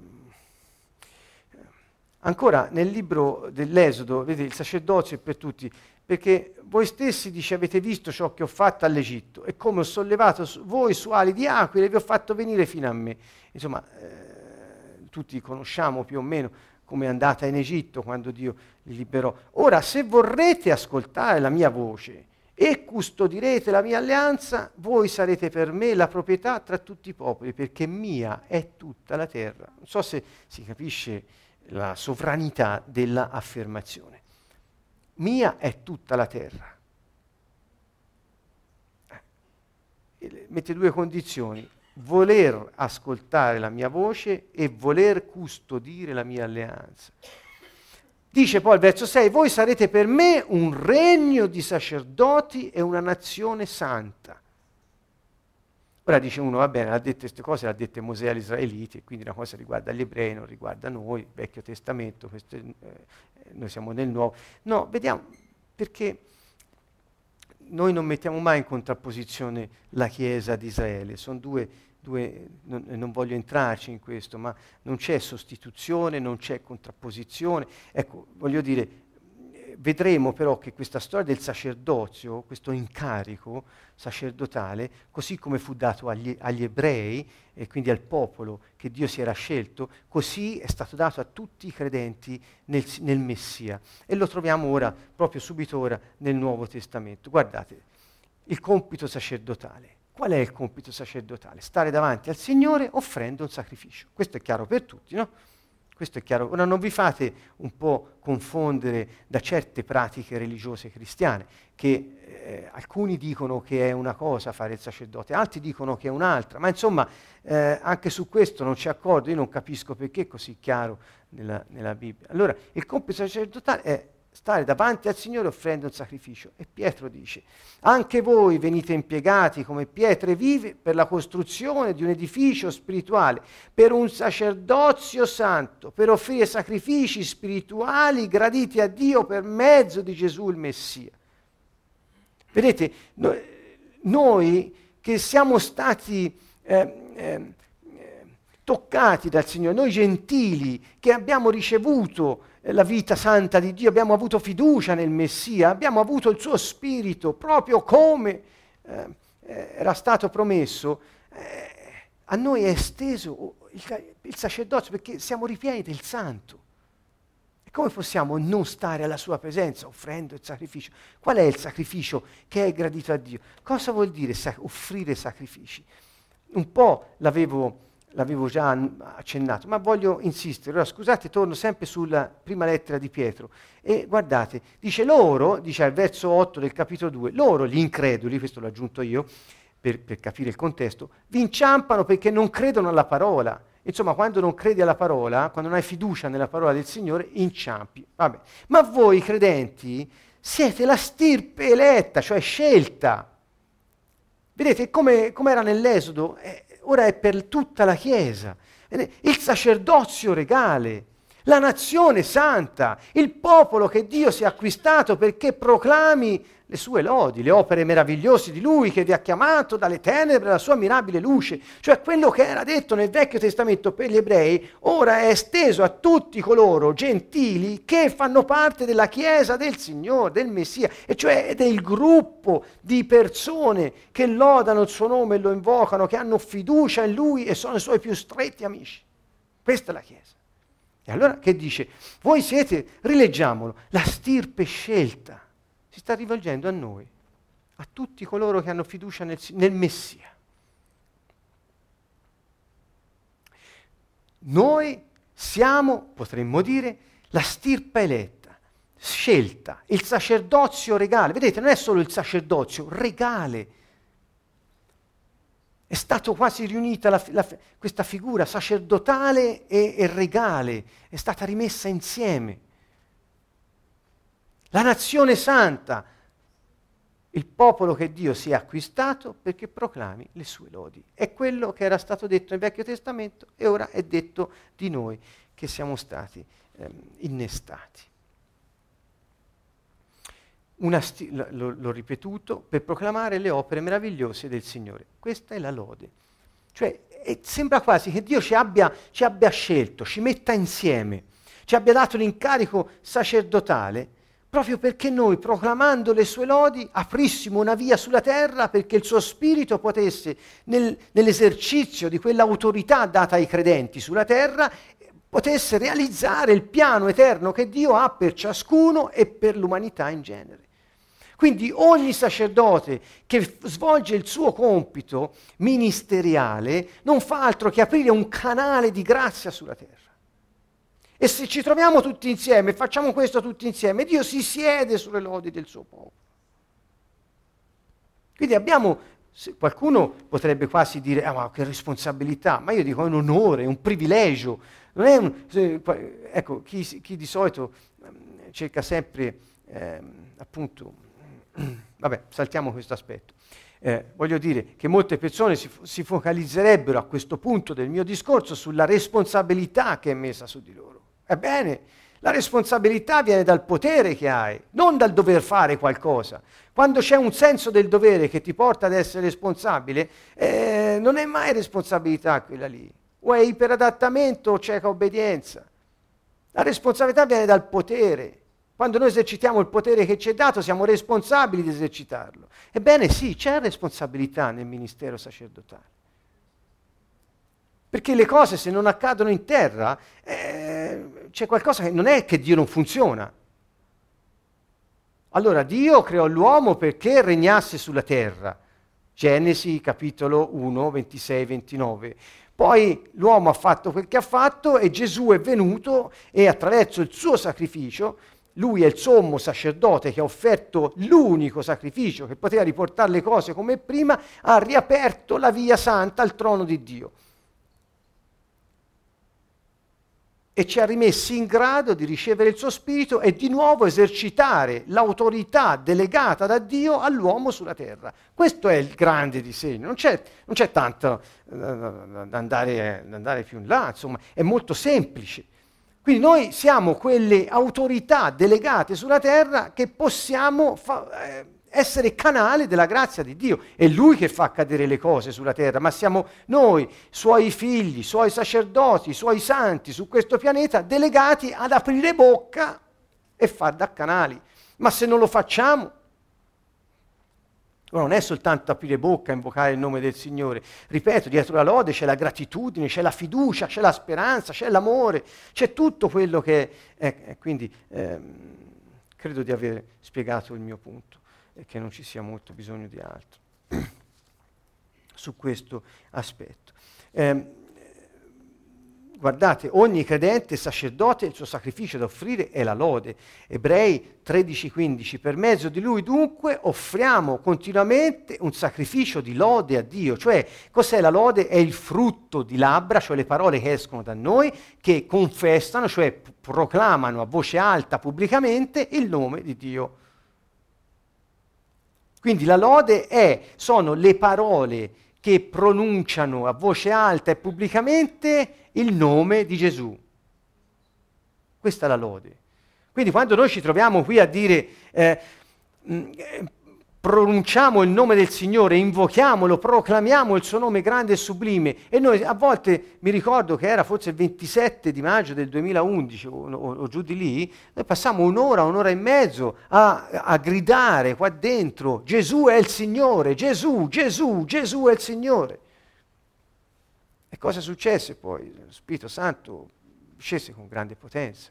ancora nel libro dell'Esodo, vedete, il sacerdozio è per tutti, perché voi stessi, dice, avete visto ciò che ho fatto all'Egitto e come ho sollevato su, voi su ali di aquile e vi ho fatto venire fino a me. Insomma, eh, tutti conosciamo più o meno come è andata in Egitto quando Dio li liberò. Ora, se vorrete ascoltare la mia voce e custodirete la mia alleanza, voi sarete per me la proprietà tra tutti i popoli, perché mia è tutta la terra. Non so se si capisce la sovranità della affermazione. Mia è tutta la terra. Eh, mette due condizioni: voler ascoltare la mia voce e voler custodire la mia alleanza. Dice poi al verso sei, voi sarete per me un regno di sacerdoti e una nazione santa. Ora dice uno, va bene, ha detto queste cose, le ha dette Mosè agli Israeliti, e quindi una cosa riguarda gli ebrei, non riguarda noi, il Vecchio Testamento, questo è, eh, noi siamo nel Nuovo. No, vediamo, perché noi non mettiamo mai in contrapposizione la Chiesa di Israele, sono due, due non, non voglio entrarci in questo, ma non c'è sostituzione, non c'è contrapposizione. Ecco, voglio dire, vedremo però che questa storia del sacerdozio, questo incarico sacerdotale, così come fu dato agli, agli ebrei e quindi al popolo che Dio si era scelto, così è stato dato a tutti i credenti nel, nel Messia. E lo troviamo ora, proprio subito ora, nel Nuovo Testamento. Guardate, il compito sacerdotale. Qual è il compito sacerdotale? Stare davanti al Signore offrendo un sacrificio. Questo è chiaro per tutti, no? Questo è chiaro. Ora non vi fate un po' confondere da certe pratiche religiose cristiane, che eh, alcuni dicono che è una cosa fare il sacerdote, altri dicono che è un'altra, ma insomma eh, anche su questo non c'è accordo, io non capisco perché è così chiaro nella, nella Bibbia. Allora, il compito sacerdotale è stare davanti al Signore offrendo un sacrificio. E Pietro dice, anche voi venite impiegati come pietre vive per la costruzione di un edificio spirituale, per un sacerdozio santo, per offrire sacrifici spirituali graditi a Dio per mezzo di Gesù il Messia. Vedete, no, noi che siamo stati eh, eh, toccati dal Signore, noi gentili che abbiamo ricevuto la vita santa di Dio, abbiamo avuto fiducia nel Messia, abbiamo avuto il suo spirito proprio come eh, era stato promesso, eh, a noi è esteso il, il sacerdozio perché siamo ripieni del Santo. E come possiamo non stare alla sua presenza offrendo il sacrificio? Qual è il sacrificio che è gradito a Dio? Cosa vuol dire sac- offrire sacrifici? Un po' l'avevo l'avevo già accennato, ma voglio insistere. Ora, scusate, torno sempre sulla prima lettera di Pietro. E guardate, dice loro, dice al verso otto del capitolo due, loro, gli increduli, questo l'ho aggiunto io, per, per capire il contesto, vi inciampano perché non credono alla parola. Insomma, quando non credi alla parola, quando non hai fiducia nella parola del Signore, inciampi. Vabbè. Ma voi, credenti, siete la stirpe eletta, cioè scelta. Vedete, come, come era nell'Esodo, eh, ora è per tutta la Chiesa. Il sacerdozio regale, la nazione santa, il popolo che Dio si è acquistato perché proclami le sue lodi, le opere meravigliose di Lui che vi ha chiamato dalle tenebre alla sua mirabile luce. Cioè quello che era detto nel Vecchio Testamento per gli ebrei, ora è esteso a tutti coloro gentili che fanno parte della Chiesa del Signore, del Messia, e cioè del gruppo di persone che lodano il suo nome e lo invocano, che hanno fiducia in Lui e sono i suoi più stretti amici. Questa è la Chiesa. E allora che dice? Voi siete, rileggiamolo, la stirpe scelta. Si sta rivolgendo a noi, a tutti coloro che hanno fiducia nel, nel Messia. Noi siamo, potremmo dire, la stirpe eletta, scelta, il sacerdozio regale. Vedete, non è solo il sacerdozio, regale. È stato quasi riunita la, la, questa figura sacerdotale e, e regale, è stata rimessa insieme. La nazione santa, il popolo che Dio si è acquistato perché proclami le sue lodi. È quello che era stato detto nel Vecchio Testamento e ora è detto di noi che siamo stati ehm, innestati. Una sti- l- l- l'ho ripetuto, per proclamare le opere meravigliose del Signore. Questa è la lode. Cioè, è, sembra quasi che Dio ci abbia, ci abbia scelto, ci metta insieme, ci abbia dato l'incarico sacerdotale, proprio perché noi, proclamando le sue lodi, aprissimo una via sulla terra perché il suo spirito potesse, nel, nell'esercizio di quell'autorità data ai credenti sulla terra, potesse realizzare il piano eterno che Dio ha per ciascuno e per l'umanità in genere. Quindi ogni sacerdote che svolge il suo compito ministeriale non fa altro che aprire un canale di grazia sulla terra. E se ci troviamo tutti insieme, facciamo questo tutti insieme, Dio si siede sulle lodi del suo popolo. Quindi abbiamo, qualcuno potrebbe quasi dire, ah ma che responsabilità, ma io dico è un onore, è un privilegio. Non è un, se, ecco, chi, chi di solito um, cerca sempre, eh, appunto, vabbè, saltiamo questo aspetto. Eh, voglio dire che molte persone si, si focalizzerebbero a questo punto del mio discorso sulla responsabilità che è messa su di loro. Ebbene, la responsabilità viene dal potere che hai, non dal dover fare qualcosa. Quando c'è un senso del dovere che ti porta ad essere responsabile, eh, non è mai responsabilità quella lì. O è iperadattamento o cieca obbedienza. La responsabilità viene dal potere. Quando noi esercitiamo il potere che ci è dato, siamo responsabili di esercitarlo. Ebbene sì, c'è responsabilità nel ministero sacerdotale. Perché le cose, se non accadono in terra, eh, c'è qualcosa che non è che Dio non funziona. Allora, Dio creò l'uomo perché regnasse sulla terra. Genesi, capitolo uno, ventisei ventinove. Poi l'uomo ha fatto quel che ha fatto e Gesù è venuto e attraverso il suo sacrificio, lui è il sommo sacerdote che ha offerto l'unico sacrificio che poteva riportare le cose come prima, ha riaperto la via santa al trono di Dio. E ci ha rimessi in grado di ricevere il suo spirito e di nuovo esercitare l'autorità delegata da Dio all'uomo sulla terra. Questo è il grande disegno, non c'è, non c'è tanto uh, da, andare, da andare più in là, insomma, è molto semplice. Quindi noi siamo quelle autorità delegate sulla terra che possiamo fa- eh, essere canale della grazia di Dio. È Lui che fa accadere le cose sulla terra, ma siamo noi, Suoi figli, Suoi sacerdoti, Suoi santi su questo pianeta delegati ad aprire bocca e far da canali. Ma se non lo facciamo, non è soltanto aprire bocca e invocare il nome del Signore. Ripeto, dietro la lode c'è la gratitudine, c'è la fiducia, c'è la speranza, c'è l'amore, c'è tutto quello che è. Eh, quindi ehm, credo di aver spiegato il mio punto e che non ci sia molto bisogno di altro su questo aspetto. Eh, guardate, ogni credente sacerdote, il suo sacrificio da offrire è la lode. Ebrei tredici quindici, per mezzo di lui dunque offriamo continuamente un sacrificio di lode a Dio. Cioè, cos'è la lode? È il frutto di labbra, cioè le parole che escono da noi, che confessano, cioè proclamano a voce alta pubblicamente il nome di Dio. Quindi la lode è, sono le parole che pronunciano a voce alta e pubblicamente il nome di Gesù. Questa è la lode. Quindi quando noi ci troviamo qui a dire eh, mh, pronunciamo il nome del Signore, invochiamolo, proclamiamo il suo nome grande e sublime, e noi a volte, mi ricordo che era forse il ventisette di maggio del duemilaundici o, o, o giù di lì, noi passammo un'ora, un'ora e mezzo a, a gridare qua dentro: Gesù è il Signore, Gesù, Gesù, Gesù è il Signore. E cosa successe poi? Lo Spirito Santo scese con grande potenza.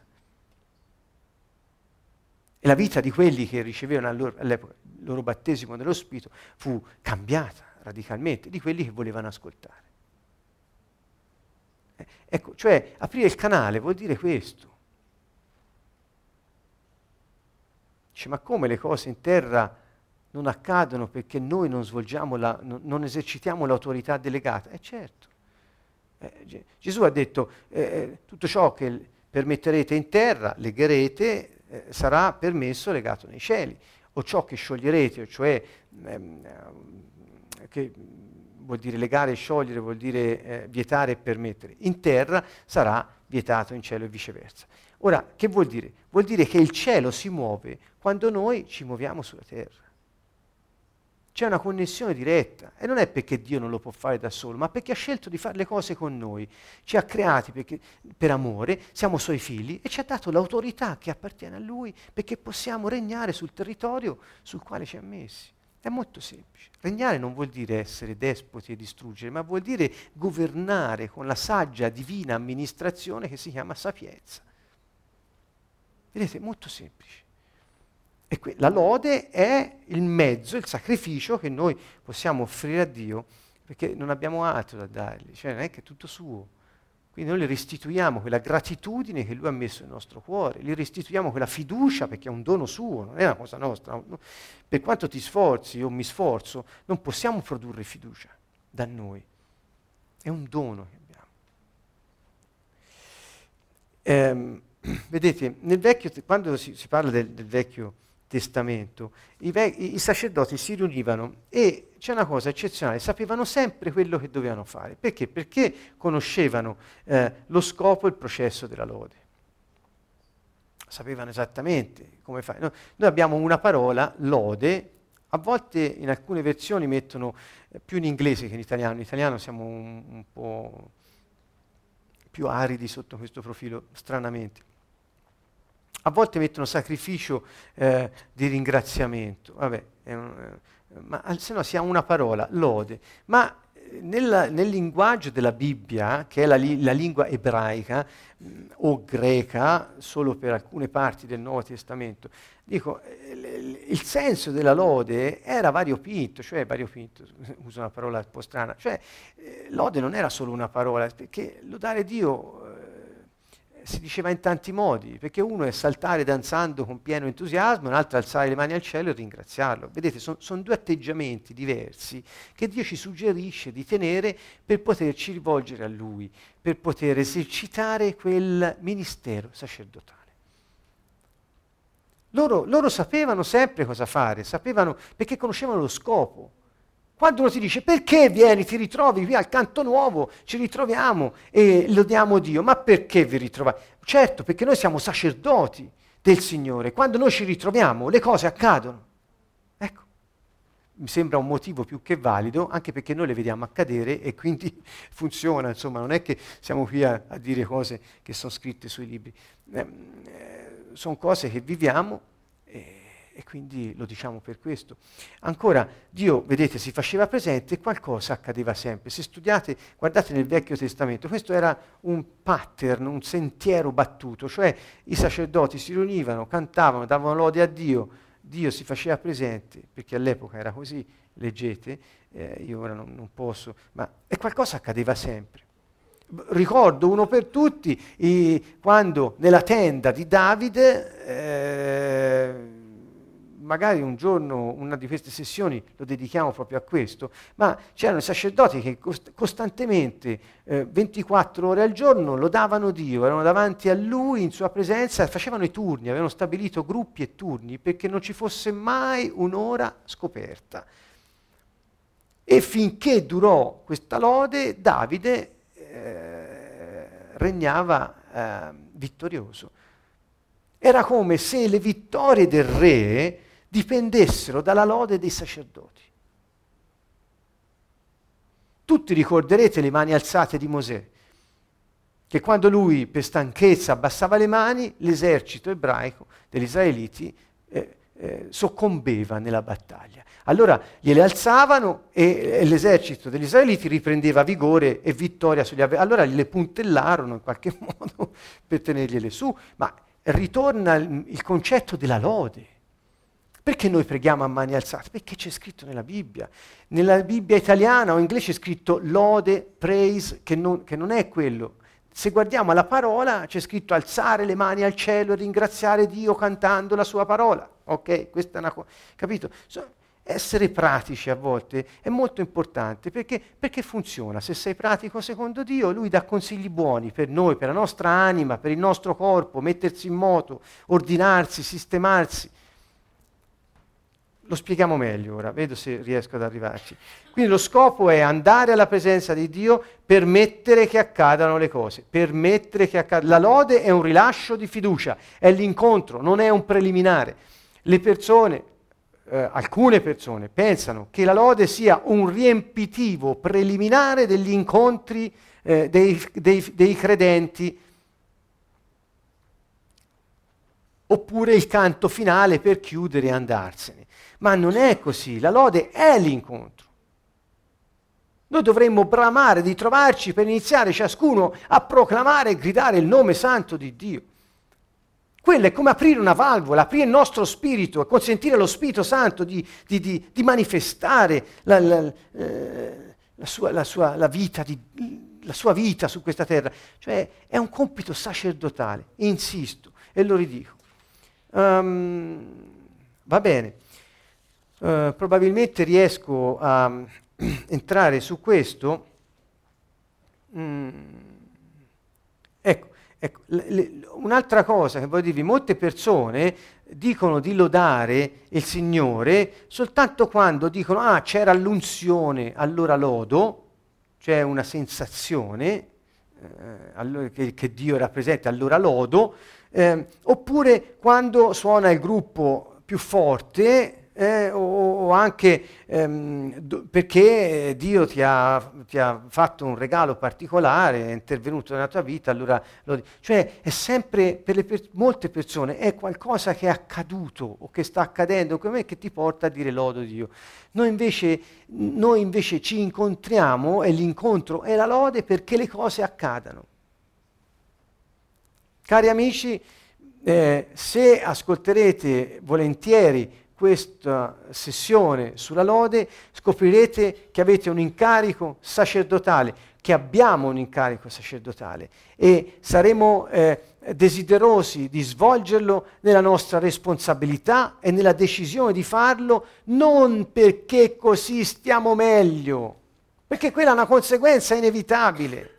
E la vita di quelli che ricevevano all'epoca il loro battesimo nello Spirito fu cambiata radicalmente, di quelli che volevano ascoltare. Eh, ecco, cioè aprire il canale vuol dire questo. Dice, ma come le cose in terra non accadono perché noi non svolgiamo la, non, non esercitiamo l'autorità delegata? Eh certo. Eh, Gesù ha detto, eh, tutto ciò che permetterete in terra, legherete, eh, sarà permesso legato nei cieli. O ciò che scioglierete, cioè ehm, che vuol dire legare e sciogliere, vuol dire eh, vietare e permettere, in terra sarà vietato in cielo e viceversa. Ora, che vuol dire? Vuol dire che il cielo si muove quando noi ci muoviamo sulla terra. C'è una connessione diretta, e non è perché Dio non lo può fare da solo, ma perché ha scelto di fare le cose con noi. Ci ha creati perché, per amore, siamo suoi figli, e ci ha dato l'autorità che appartiene a Lui perché possiamo regnare sul territorio sul quale ci ha messi. È molto semplice. Regnare non vuol dire essere despoti e distruggere, ma vuol dire governare con la saggia divina amministrazione che si chiama sapienza. Vedete, è molto semplice. E que- la lode è il mezzo, il sacrificio che noi possiamo offrire a Dio, perché non abbiamo altro da dargli, cioè non è che è tutto suo. Quindi noi gli restituiamo quella gratitudine che Lui ha messo nel nostro cuore, gli restituiamo quella fiducia perché è un dono suo, non è una cosa nostra. No? Per quanto ti sforzi o mi sforzo, non possiamo produrre fiducia da noi. È un dono che abbiamo. Ehm, vedete, nel vecchio, quando si, si parla del, del vecchio Testamento, i, ve- i sacerdoti si riunivano e c'è una cosa eccezionale, sapevano sempre quello che dovevano fare. Perché? Perché conoscevano eh, lo scopo e il processo della lode. Sapevano esattamente come fare. No, noi abbiamo una parola, lode, a volte in alcune versioni mettono eh, più in inglese che in italiano. In italiano siamo un, un po' più aridi sotto questo profilo, stranamente. A volte mettono sacrificio eh, di ringraziamento, vabbè, è un, eh, ma se no si ha una parola, lode. Ma eh, nella, nel linguaggio della Bibbia, che è la, li, la lingua ebraica mh, o greca, solo per alcune parti del Nuovo Testamento, dico, eh, il senso della lode era variopinto, cioè variopinto, uso una parola un po' strana, cioè eh, lode non era solo una parola, perché lodare Dio si diceva in tanti modi, perché uno è saltare danzando con pieno entusiasmo, un altro è alzare le mani al cielo e ringraziarlo. Vedete, sono son due atteggiamenti diversi che Dio ci suggerisce di tenere per poterci rivolgere a Lui, per poter esercitare quel ministero sacerdotale. Loro, loro sapevano sempre cosa fare, sapevano perché conoscevano lo scopo. Quando uno ti dice perché vieni, ti ritrovi qui al canto nuovo, ci ritroviamo e lodiamo Dio, ma perché vi ritrovate? Certo, perché noi siamo sacerdoti del Signore, quando noi ci ritroviamo le cose accadono. Ecco, mi sembra un motivo più che valido, anche perché noi le vediamo accadere e quindi funziona, insomma, non è che siamo qui a, a dire cose che sono scritte sui libri, eh, eh, sono cose che viviamo e E quindi lo diciamo per questo. Ancora, Dio, vedete, si faceva presente e qualcosa accadeva sempre. Se studiate, guardate nel Vecchio Testamento, questo era un pattern, un sentiero battuto, cioè i sacerdoti si riunivano, cantavano, davano lode a Dio, Dio si faceva presente, perché all'epoca era così, leggete, eh, io ora non, non posso, ma e qualcosa accadeva sempre. Ricordo uno per tutti, i, quando nella tenda di Davide, eh, magari un giorno, una di queste sessioni lo dedichiamo proprio a questo, ma c'erano i sacerdoti che cost- costantemente, eh, ventiquattro ore al giorno, lodavano Dio, erano davanti a Lui, in Sua presenza, facevano i turni, avevano stabilito gruppi e turni perché non ci fosse mai un'ora scoperta. E finché durò questa lode, Davide eh, regnava eh, vittorioso. Era come se le vittorie del re dipendessero dalla lode dei sacerdoti. Tutti ricorderete le mani alzate di Mosè, che quando lui per stanchezza abbassava le mani, l'esercito ebraico degli israeliti eh, eh, soccombeva nella battaglia. Allora gliele alzavano e, e l'esercito degli israeliti riprendeva vigore e vittoria sugli avversari. Allora gliele puntellarono in qualche modo per tenergliele su, ma ritorna il, il concetto della lode. Perché noi preghiamo a mani alzate? Perché c'è scritto nella Bibbia. Nella Bibbia italiana o inglese è scritto lode, praise, che non, che non è quello. Se guardiamo la parola c'è scritto alzare le mani al cielo e ringraziare Dio cantando la sua parola. Ok? Questa è una cosa. Capito? So, essere pratici a volte è molto importante perché, perché funziona. Se sei pratico secondo Dio, Lui dà consigli buoni per noi, per la nostra anima, per il nostro corpo, mettersi in moto, ordinarsi, sistemarsi. Lo spieghiamo meglio ora, vedo se riesco ad arrivarci. Quindi lo scopo è andare alla presenza di Dio, permettere che accadano le cose, permettere che accadano. La lode è un rilascio di fiducia, è l'incontro, non è un preliminare. Le persone, eh, alcune persone, pensano che la lode sia un riempitivo preliminare degli incontri eh, dei, dei, dei credenti, oppure il canto finale per chiudere e andarsene. Ma non è così, la lode è l'incontro. Noi dovremmo bramare di trovarci per iniziare ciascuno a proclamare e gridare il nome santo di Dio. Quello è come aprire una valvola, aprire il nostro spirito e consentire allo Spirito Santo di, di, di, di manifestare la, la, eh, la, sua, la, sua, la, vita di, la sua vita su questa terra. Cioè è un compito sacerdotale, insisto e lo ridico. Um, va bene. Uh, probabilmente riesco a um, entrare su questo. Mm. Ecco, ecco le, le, un'altra cosa che voglio dirvi, molte persone dicono di lodare il Signore soltanto quando dicono ah c'era l'unzione, allora lodo, c'è una sensazione eh, allora, che, che Dio rappresenta, allora lodo, eh, oppure quando suona il gruppo più forte, Eh, o, o anche ehm, do, perché Dio ti ha, ti ha fatto un regalo particolare, è intervenuto nella tua vita, allora lo, cioè è sempre per, le per molte persone è qualcosa che è accaduto o che sta accadendo come me che ti porta a dire lodo Dio. Noi invece, noi invece ci incontriamo e l'incontro è la lode perché le cose accadano. Cari amici, eh, se ascolterete volentieri questa sessione sulla lode, scoprirete che avete un incarico sacerdotale, che abbiamo un incarico sacerdotale e saremo eh, desiderosi di svolgerlo nella nostra responsabilità e nella decisione di farlo, non perché così stiamo meglio, perché quella è una conseguenza inevitabile.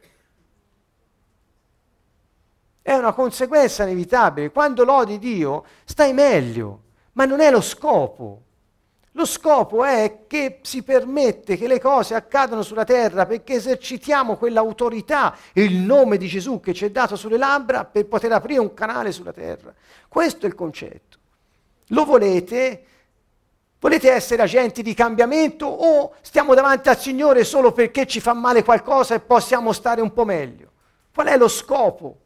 È una conseguenza inevitabile. Quando lodi Dio, stai meglio. Ma non è lo scopo. Lo scopo è che si permette che le cose accadano sulla terra perché esercitiamo quell'autorità, il nome di Gesù che ci è dato sulle labbra per poter aprire un canale sulla terra. Questo è il concetto. Lo volete? Volete essere agenti di cambiamento o stiamo davanti al Signore solo perché ci fa male qualcosa e possiamo stare un po' meglio? Qual è lo scopo?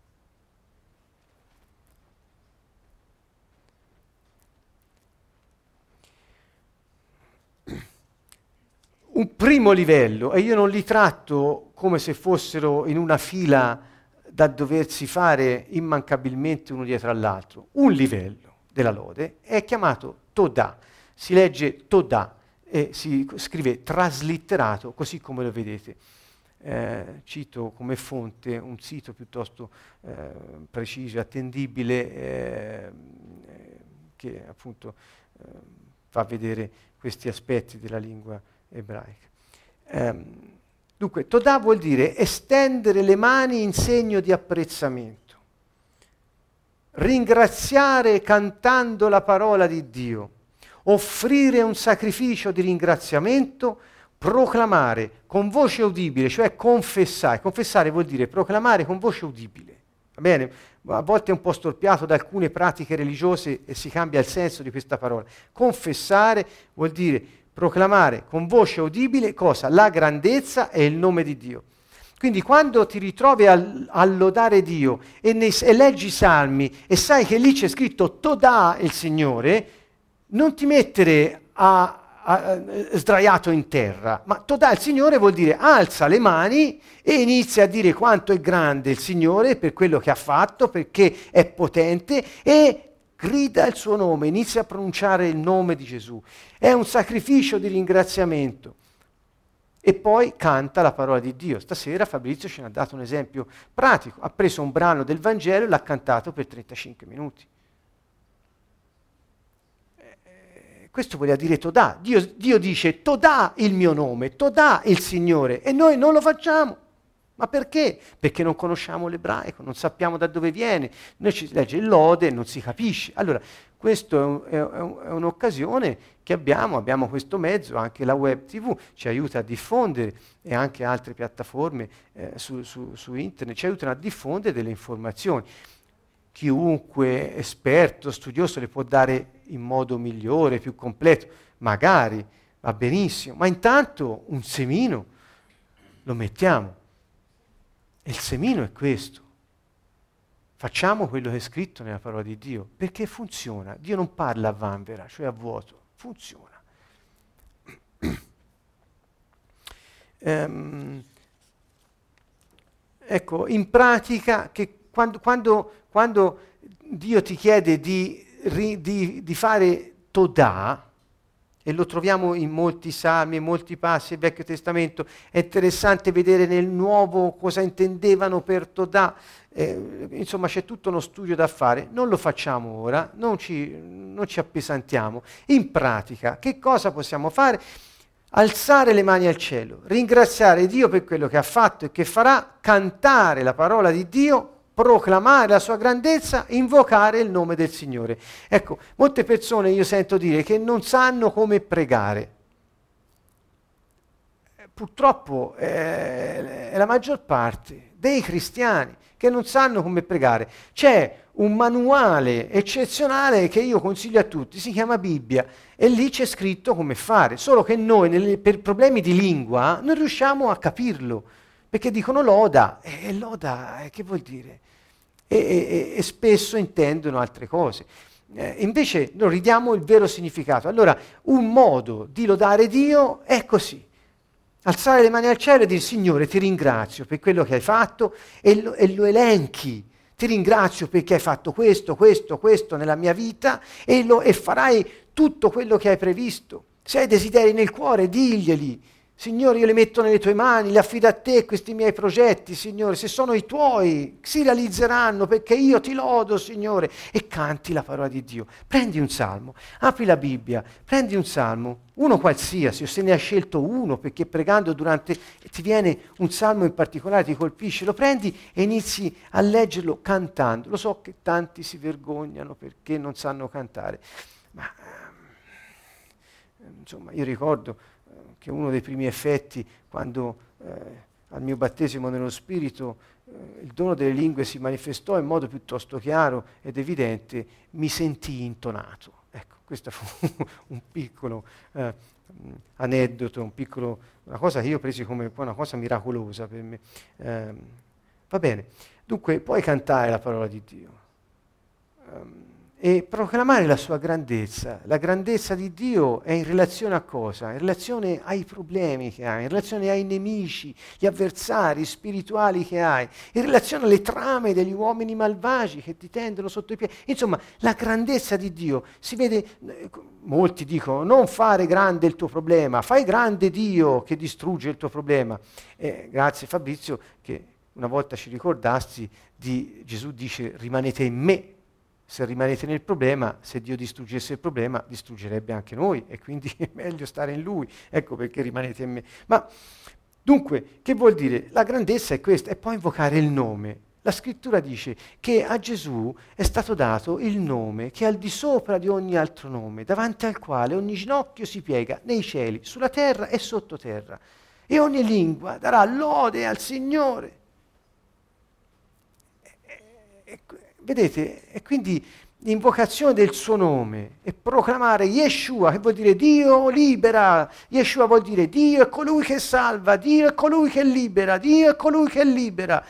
Un primo livello, e io non li tratto come se fossero in una fila da doversi fare immancabilmente uno dietro all'altro. Un livello della lode è chiamato Todah, si legge Todah e si scrive traslitterato così come lo vedete. eh, cito come fonte un sito piuttosto eh, preciso e attendibile eh, che appunto eh, fa vedere questi aspetti della lingua ebraica. Um, dunque, Todà vuol dire estendere le mani in segno di apprezzamento, ringraziare cantando la parola di Dio, offrire un sacrificio di ringraziamento, proclamare con voce udibile, cioè confessare. Confessare vuol dire proclamare con voce udibile. Va bene? A volte è un po' storpiato da alcune pratiche religiose e si cambia il senso di questa parola. Confessare vuol dire proclamare con voce udibile cosa? La grandezza e il nome di Dio. Quindi quando ti ritrovi a, a lodare Dio e, ne, e leggi i salmi e sai che lì c'è scritto Todà il Signore, non ti mettere a, a, a, sdraiato in terra, ma Todà il Signore vuol dire alza le mani e inizia a dire quanto è grande il Signore per quello che ha fatto, perché è potente, e grida il suo nome, inizia a pronunciare il nome di Gesù. È un sacrificio di ringraziamento. E poi canta la parola di Dio. Stasera Fabrizio ce ne ha dato un esempio pratico. Ha preso un brano del Vangelo e l'ha cantato per trentacinque minuti. Eh, questo voleva dire Todà. Dio, Dio dice Todà il mio nome, Todà il Signore, e noi non lo facciamo. Ma perché? Perché non conosciamo l'ebraico, non sappiamo da dove viene, noi ci si legge il lode e non si capisce. Allora, questa è, un, è, un, è un'occasione che abbiamo, abbiamo questo mezzo, anche la web tivù ci aiuta a diffondere, e anche altre piattaforme eh, su, su, su internet ci aiutano a diffondere delle informazioni. Chiunque esperto, studioso le può dare in modo migliore, più completo, magari, va benissimo, ma intanto un semino lo mettiamo. E il semino è questo. Facciamo quello che è scritto nella parola di Dio, perché funziona. Dio non parla a vanvera, cioè a vuoto, funziona. ehm, ecco, in pratica, che quando, quando, quando Dio ti chiede di, di, di fare Todà, e lo troviamo in molti salmi, in molti passi del Vecchio Testamento, è interessante vedere nel Nuovo cosa intendevano per Todà, eh, insomma c'è tutto uno studio da fare, non lo facciamo ora, non ci, non ci appesantiamo. In pratica, che cosa possiamo fare? Alzare le mani al cielo, ringraziare Dio per quello che ha fatto e che farà, cantare la parola di Dio, proclamare la sua grandezza, invocare il nome del Signore. Ecco, molte persone io sento dire che non sanno come pregare. Purtroppo eh, è la maggior parte dei cristiani che non sanno come pregare. C'è un manuale eccezionale che io consiglio a tutti, si chiama Bibbia, e lì c'è scritto come fare, solo che noi nelle, per problemi di lingua non riusciamo a capirlo. Perché dicono loda, e eh, loda eh, che vuol dire? E, e, e spesso intendono altre cose. Eh, invece noi ridiamo il vero significato. Allora, un modo di lodare Dio è così. Alzare le mani al cielo e dire Signore ti ringrazio per quello che hai fatto, e lo, e lo elenchi. Ti ringrazio perché hai fatto questo, questo, questo nella mia vita, e, lo, e farai tutto quello che hai previsto. Se hai desideri nel cuore, diglieli. Signore, io li metto nelle tue mani, li affido a te questi miei progetti, Signore, se sono i tuoi, si realizzeranno perché io ti lodo, Signore, e canti la parola di Dio. Prendi un salmo, apri la Bibbia, prendi un salmo, uno qualsiasi, o se ne hai scelto uno perché pregando durante ti viene un salmo in particolare, ti colpisce, lo prendi e inizi a leggerlo cantando. Lo so che tanti si vergognano perché non sanno cantare, ma insomma io ricordo che uno dei primi effetti, quando eh, al mio battesimo nello Spirito eh, il dono delle lingue si manifestò in modo piuttosto chiaro ed evidente, mi sentii intonato. Ecco, questo fu un piccolo eh, aneddoto, un piccolo, una cosa che io presi come una cosa miracolosa per me. Eh, va bene, dunque puoi cantare la parola di Dio. Um, e proclamare la sua grandezza. La grandezza di Dio è in relazione a cosa? In relazione ai problemi che hai, in relazione ai nemici, gli avversari spirituali che hai, in relazione alle trame degli uomini malvagi che ti tendono sotto i piedi. Insomma, la grandezza di Dio si vede, molti dicono, non fare grande il tuo problema, fai grande Dio che distrugge il tuo problema. Eh, grazie Fabrizio che una volta ci ricordasti di Gesù dice rimanete in me. Se rimanete nel problema, se Dio distruggesse il problema, distruggerebbe anche noi e quindi è meglio stare in Lui. Ecco perché rimanete in me. Ma dunque, che vuol dire? La grandezza è questa, e poi invocare il nome. La scrittura dice che a Gesù è stato dato il nome che è al di sopra di ogni altro nome, davanti al quale ogni ginocchio si piega nei cieli, sulla terra e sottoterra, e ogni lingua darà lode al Signore. Vedete? E quindi l'invocazione del suo nome e proclamare Yeshua, che vuol dire Dio libera, Yeshua vuol dire Dio è colui che salva, Dio è colui che libera, Dio è colui che libera.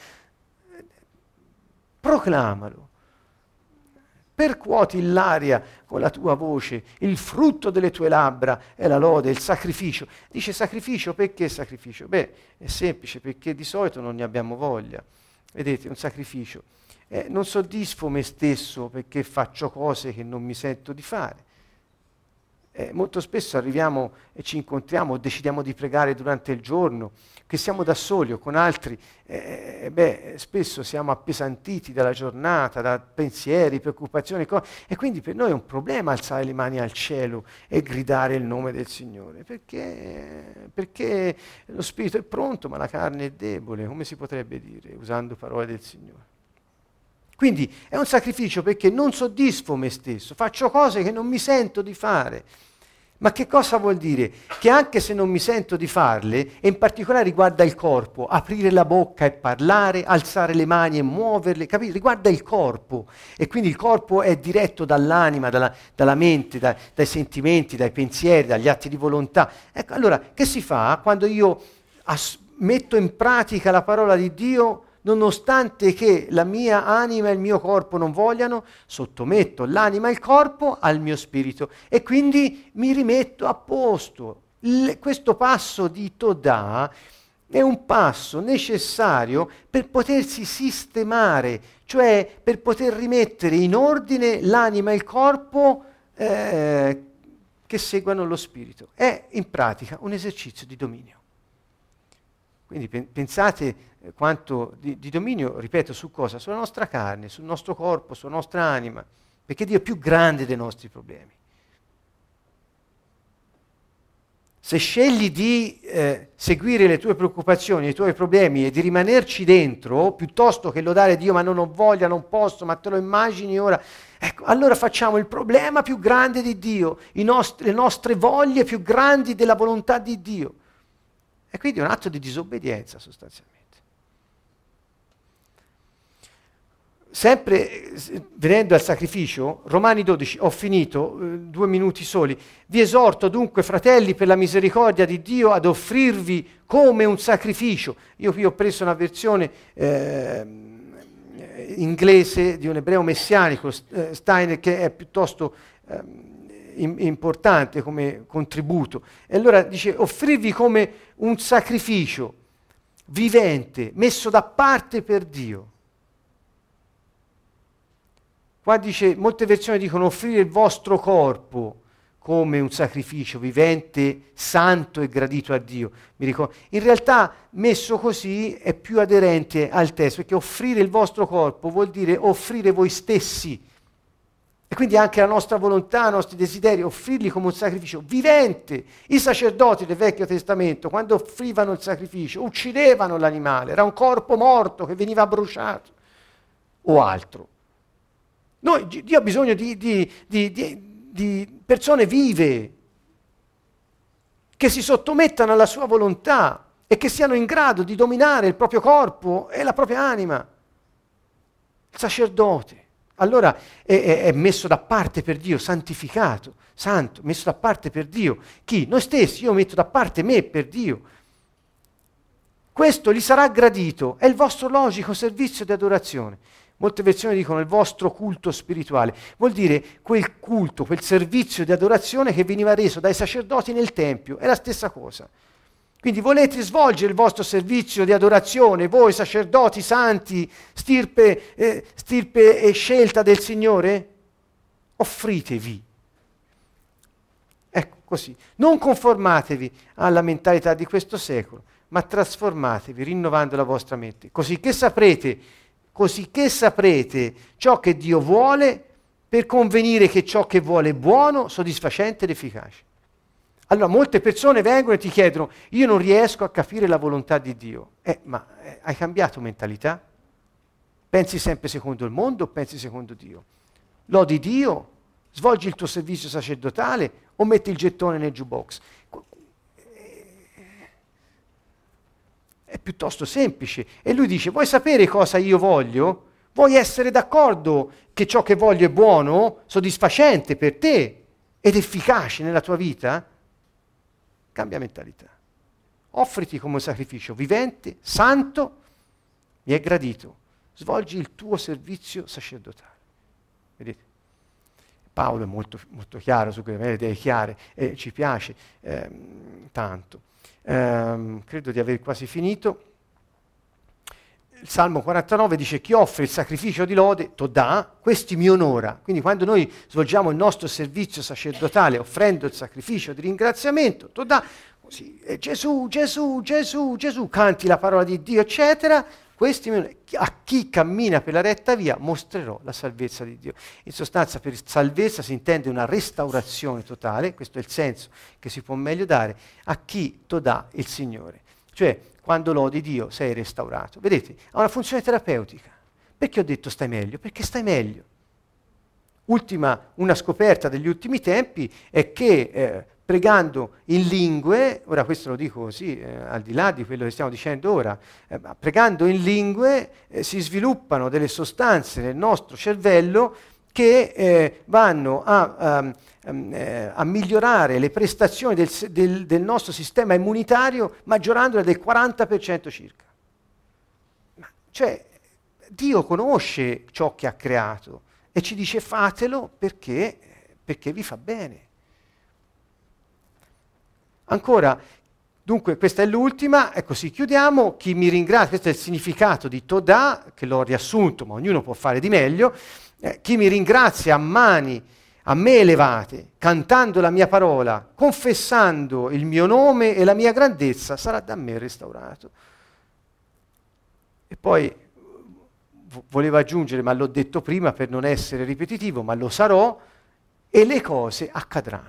Proclamalo. Percuoti l'aria con la tua voce, il frutto delle tue labbra è la lode, il sacrificio. Dice sacrificio, perché sacrificio? Beh, è semplice, perché di solito non ne abbiamo voglia. Vedete, un sacrificio. Eh, non soddisfo me stesso perché faccio cose che non mi sento di fare. Eh, molto spesso arriviamo e ci incontriamo o decidiamo di pregare durante il giorno, che siamo da soli o con altri, eh, beh, spesso siamo appesantiti dalla giornata, da pensieri, preoccupazioni, co- e quindi per noi è un problema alzare le mani al cielo e gridare il nome del Signore, perché, perché lo spirito è pronto ma la carne è debole, come si potrebbe dire, usando parole del Signore. Quindi è un sacrificio perché non soddisfo me stesso, faccio cose che non mi sento di fare. Ma che cosa vuol dire? Che anche se non mi sento di farle, e in particolare riguarda il corpo, aprire la bocca e parlare, alzare le mani e muoverle, capite? Riguarda il corpo, e quindi il corpo è diretto dall'anima, dalla, dalla mente, da, dai sentimenti, dai pensieri, dagli atti di volontà. Ecco, allora, che si fa quando io as- metto in pratica la parola di Dio? Nonostante che la mia anima e il mio corpo non vogliano, sottometto l'anima e il corpo al mio spirito e quindi mi rimetto a posto. L- questo passo di Todà è un passo necessario per potersi sistemare, cioè per poter rimettere in ordine l'anima e il corpo eh, che seguano lo spirito. È in pratica un esercizio di dominio. Quindi pen- pensate quanto di, di dominio, ripeto, su cosa? Sulla nostra carne, sul nostro corpo, sulla nostra anima, perché Dio è più grande dei nostri problemi. Se scegli di eh, seguire le tue preoccupazioni, i tuoi problemi e di rimanerci dentro, piuttosto che lodare Dio, ma non ho voglia, non posso, ma te lo immagini ora, ecco, allora facciamo il problema più grande di Dio, i nost- le nostre voglie più grandi della volontà di Dio. E quindi è un atto di disobbedienza sostanzialmente. Sempre eh, venendo al sacrificio, Romani dodici, ho finito, eh, due minuti soli. Vi esorto dunque, fratelli, per la misericordia di Dio, ad offrirvi come un sacrificio. Io qui ho preso una versione eh, inglese di un ebreo messianico, eh, Steiner, che è piuttosto eh, in, importante come contributo. E allora dice, offrirvi come un sacrificio vivente, messo da parte per Dio. Qua dice, molte versioni dicono offrire il vostro corpo come un sacrificio vivente, santo e gradito a Dio. Mi ricordo. In realtà, messo così, è più aderente al testo, perché offrire il vostro corpo vuol dire offrire voi stessi. E quindi anche la nostra volontà, i nostri desideri, offrirli come un sacrificio vivente. I sacerdoti del Vecchio Testamento, quando offrivano il sacrificio, uccidevano l'animale, era un corpo morto che veniva bruciato o altro. Noi, Dio ha bisogno di, di, di, di, di persone vive, che si sottomettano alla sua volontà e che siano in grado di dominare il proprio corpo e la propria anima. Il sacerdote, allora è, è, è messo da parte per Dio, santificato, santo, messo da parte per Dio. Chi? Noi stessi, io metto da parte me per Dio. Questo gli sarà gradito, è il vostro logico servizio di adorazione. Molte versioni dicono il vostro culto spirituale. Vuol dire quel culto, quel servizio di adorazione che veniva reso dai sacerdoti nel Tempio. È la stessa cosa. Quindi volete svolgere il vostro servizio di adorazione, voi sacerdoti santi, stirpe, eh, stirpe e scelta del Signore? Offritevi. Ecco così. Non conformatevi alla mentalità di questo secolo, ma trasformatevi rinnovando la vostra mente, così che saprete, così che saprete ciò che Dio vuole, per convenire che ciò che vuole è buono, soddisfacente ed efficace. Allora molte persone vengono e ti chiedono, io non riesco a capire la volontà di Dio. Eh, ma eh, hai cambiato mentalità? Pensi sempre secondo il mondo o pensi secondo Dio? Lodi Dio, svolgi il tuo servizio sacerdotale o metti il gettone nel jukebox? È piuttosto semplice. E lui dice, vuoi sapere cosa io voglio? Vuoi essere d'accordo che ciò che voglio è buono, soddisfacente per te ed efficace nella tua vita? Cambia mentalità. Offriti come sacrificio vivente, santo, mi è gradito. Svolgi il tuo servizio sacerdotale. Vedete? Paolo è molto, molto chiaro su quelle idee chiare e ci piace ehm, tanto. Ehm, credo di aver quasi finito. Il Salmo quarantanove dice chi offre il sacrificio di lode, Todà, questi mi onora. Quindi quando noi svolgiamo il nostro servizio sacerdotale offrendo il sacrificio di ringraziamento, Todà, così, eh, Gesù, Gesù, Gesù, Gesù, canti la parola di Dio, eccetera, questi mi onora. A chi cammina per la retta via mostrerò la salvezza di Dio. In sostanza per salvezza si intende una restaurazione totale, questo è il senso che si può meglio dare, a chi Todà il Signore. Cioè, quando lodi Dio sei restaurato. Vedete, ha una funzione terapeutica. Perché ho detto stai meglio? Perché stai meglio. Ultima, una scoperta degli ultimi tempi è che eh, pregando in lingue, ora questo lo dico così, eh, al di là di quello che stiamo dicendo ora, eh, ma pregando in lingue eh, si sviluppano delle sostanze nel nostro cervello che eh, vanno a, um, um, eh, a migliorare le prestazioni del, del, del nostro sistema immunitario, maggiorandole del quaranta per cento circa. Ma, cioè, Dio conosce ciò che ha creato e ci dice fatelo perché, perché vi fa bene. Ancora, dunque questa è l'ultima, e così chiudiamo. Chi mi ringrazia, questo è il significato di Todà, che l'ho riassunto, ma ognuno può fare di meglio. Eh, chi mi ringrazia a mani a me elevate, cantando la mia parola, confessando il mio nome e la mia grandezza, sarà da me restaurato. E poi v- volevo aggiungere, ma l'ho detto prima per non essere ripetitivo, ma lo sarò, e le cose accadranno.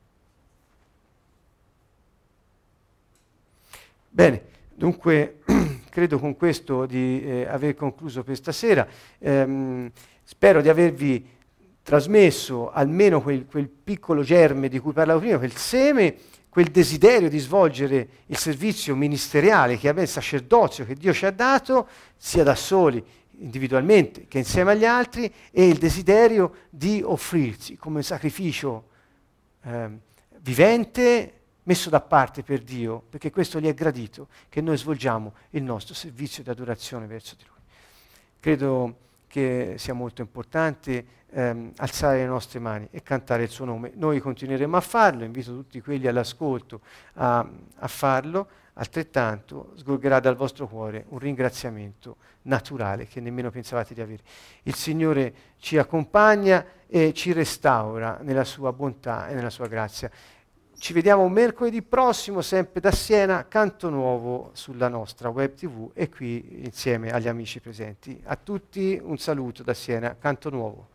Bene, dunque credo con questo di eh, aver concluso per stasera. Ehm, spero di avervi trasmesso almeno quel, quel piccolo germe di cui parlavo prima, quel seme, quel desiderio di svolgere il servizio ministeriale che abbiamo, il sacerdozio che Dio ci ha dato, sia da soli, individualmente, che insieme agli altri, e il desiderio di offrirsi come sacrificio eh, vivente, messo da parte per Dio, perché questo gli è gradito, che noi svolgiamo il nostro servizio di adorazione verso di Lui. Credo che sia molto importante ehm, alzare le nostre mani e cantare il suo nome. Noi continueremo a farlo, invito tutti quelli all'ascolto a, a farlo, altrettanto sgorgerà dal vostro cuore un ringraziamento naturale che nemmeno pensavate di avere. Il Signore ci accompagna e ci restaura nella sua bontà e nella sua grazia. Ci vediamo mercoledì prossimo, sempre da Siena, Canto Nuovo sulla nostra web tivù e qui insieme agli amici presenti. A tutti un saluto da Siena, Canto Nuovo.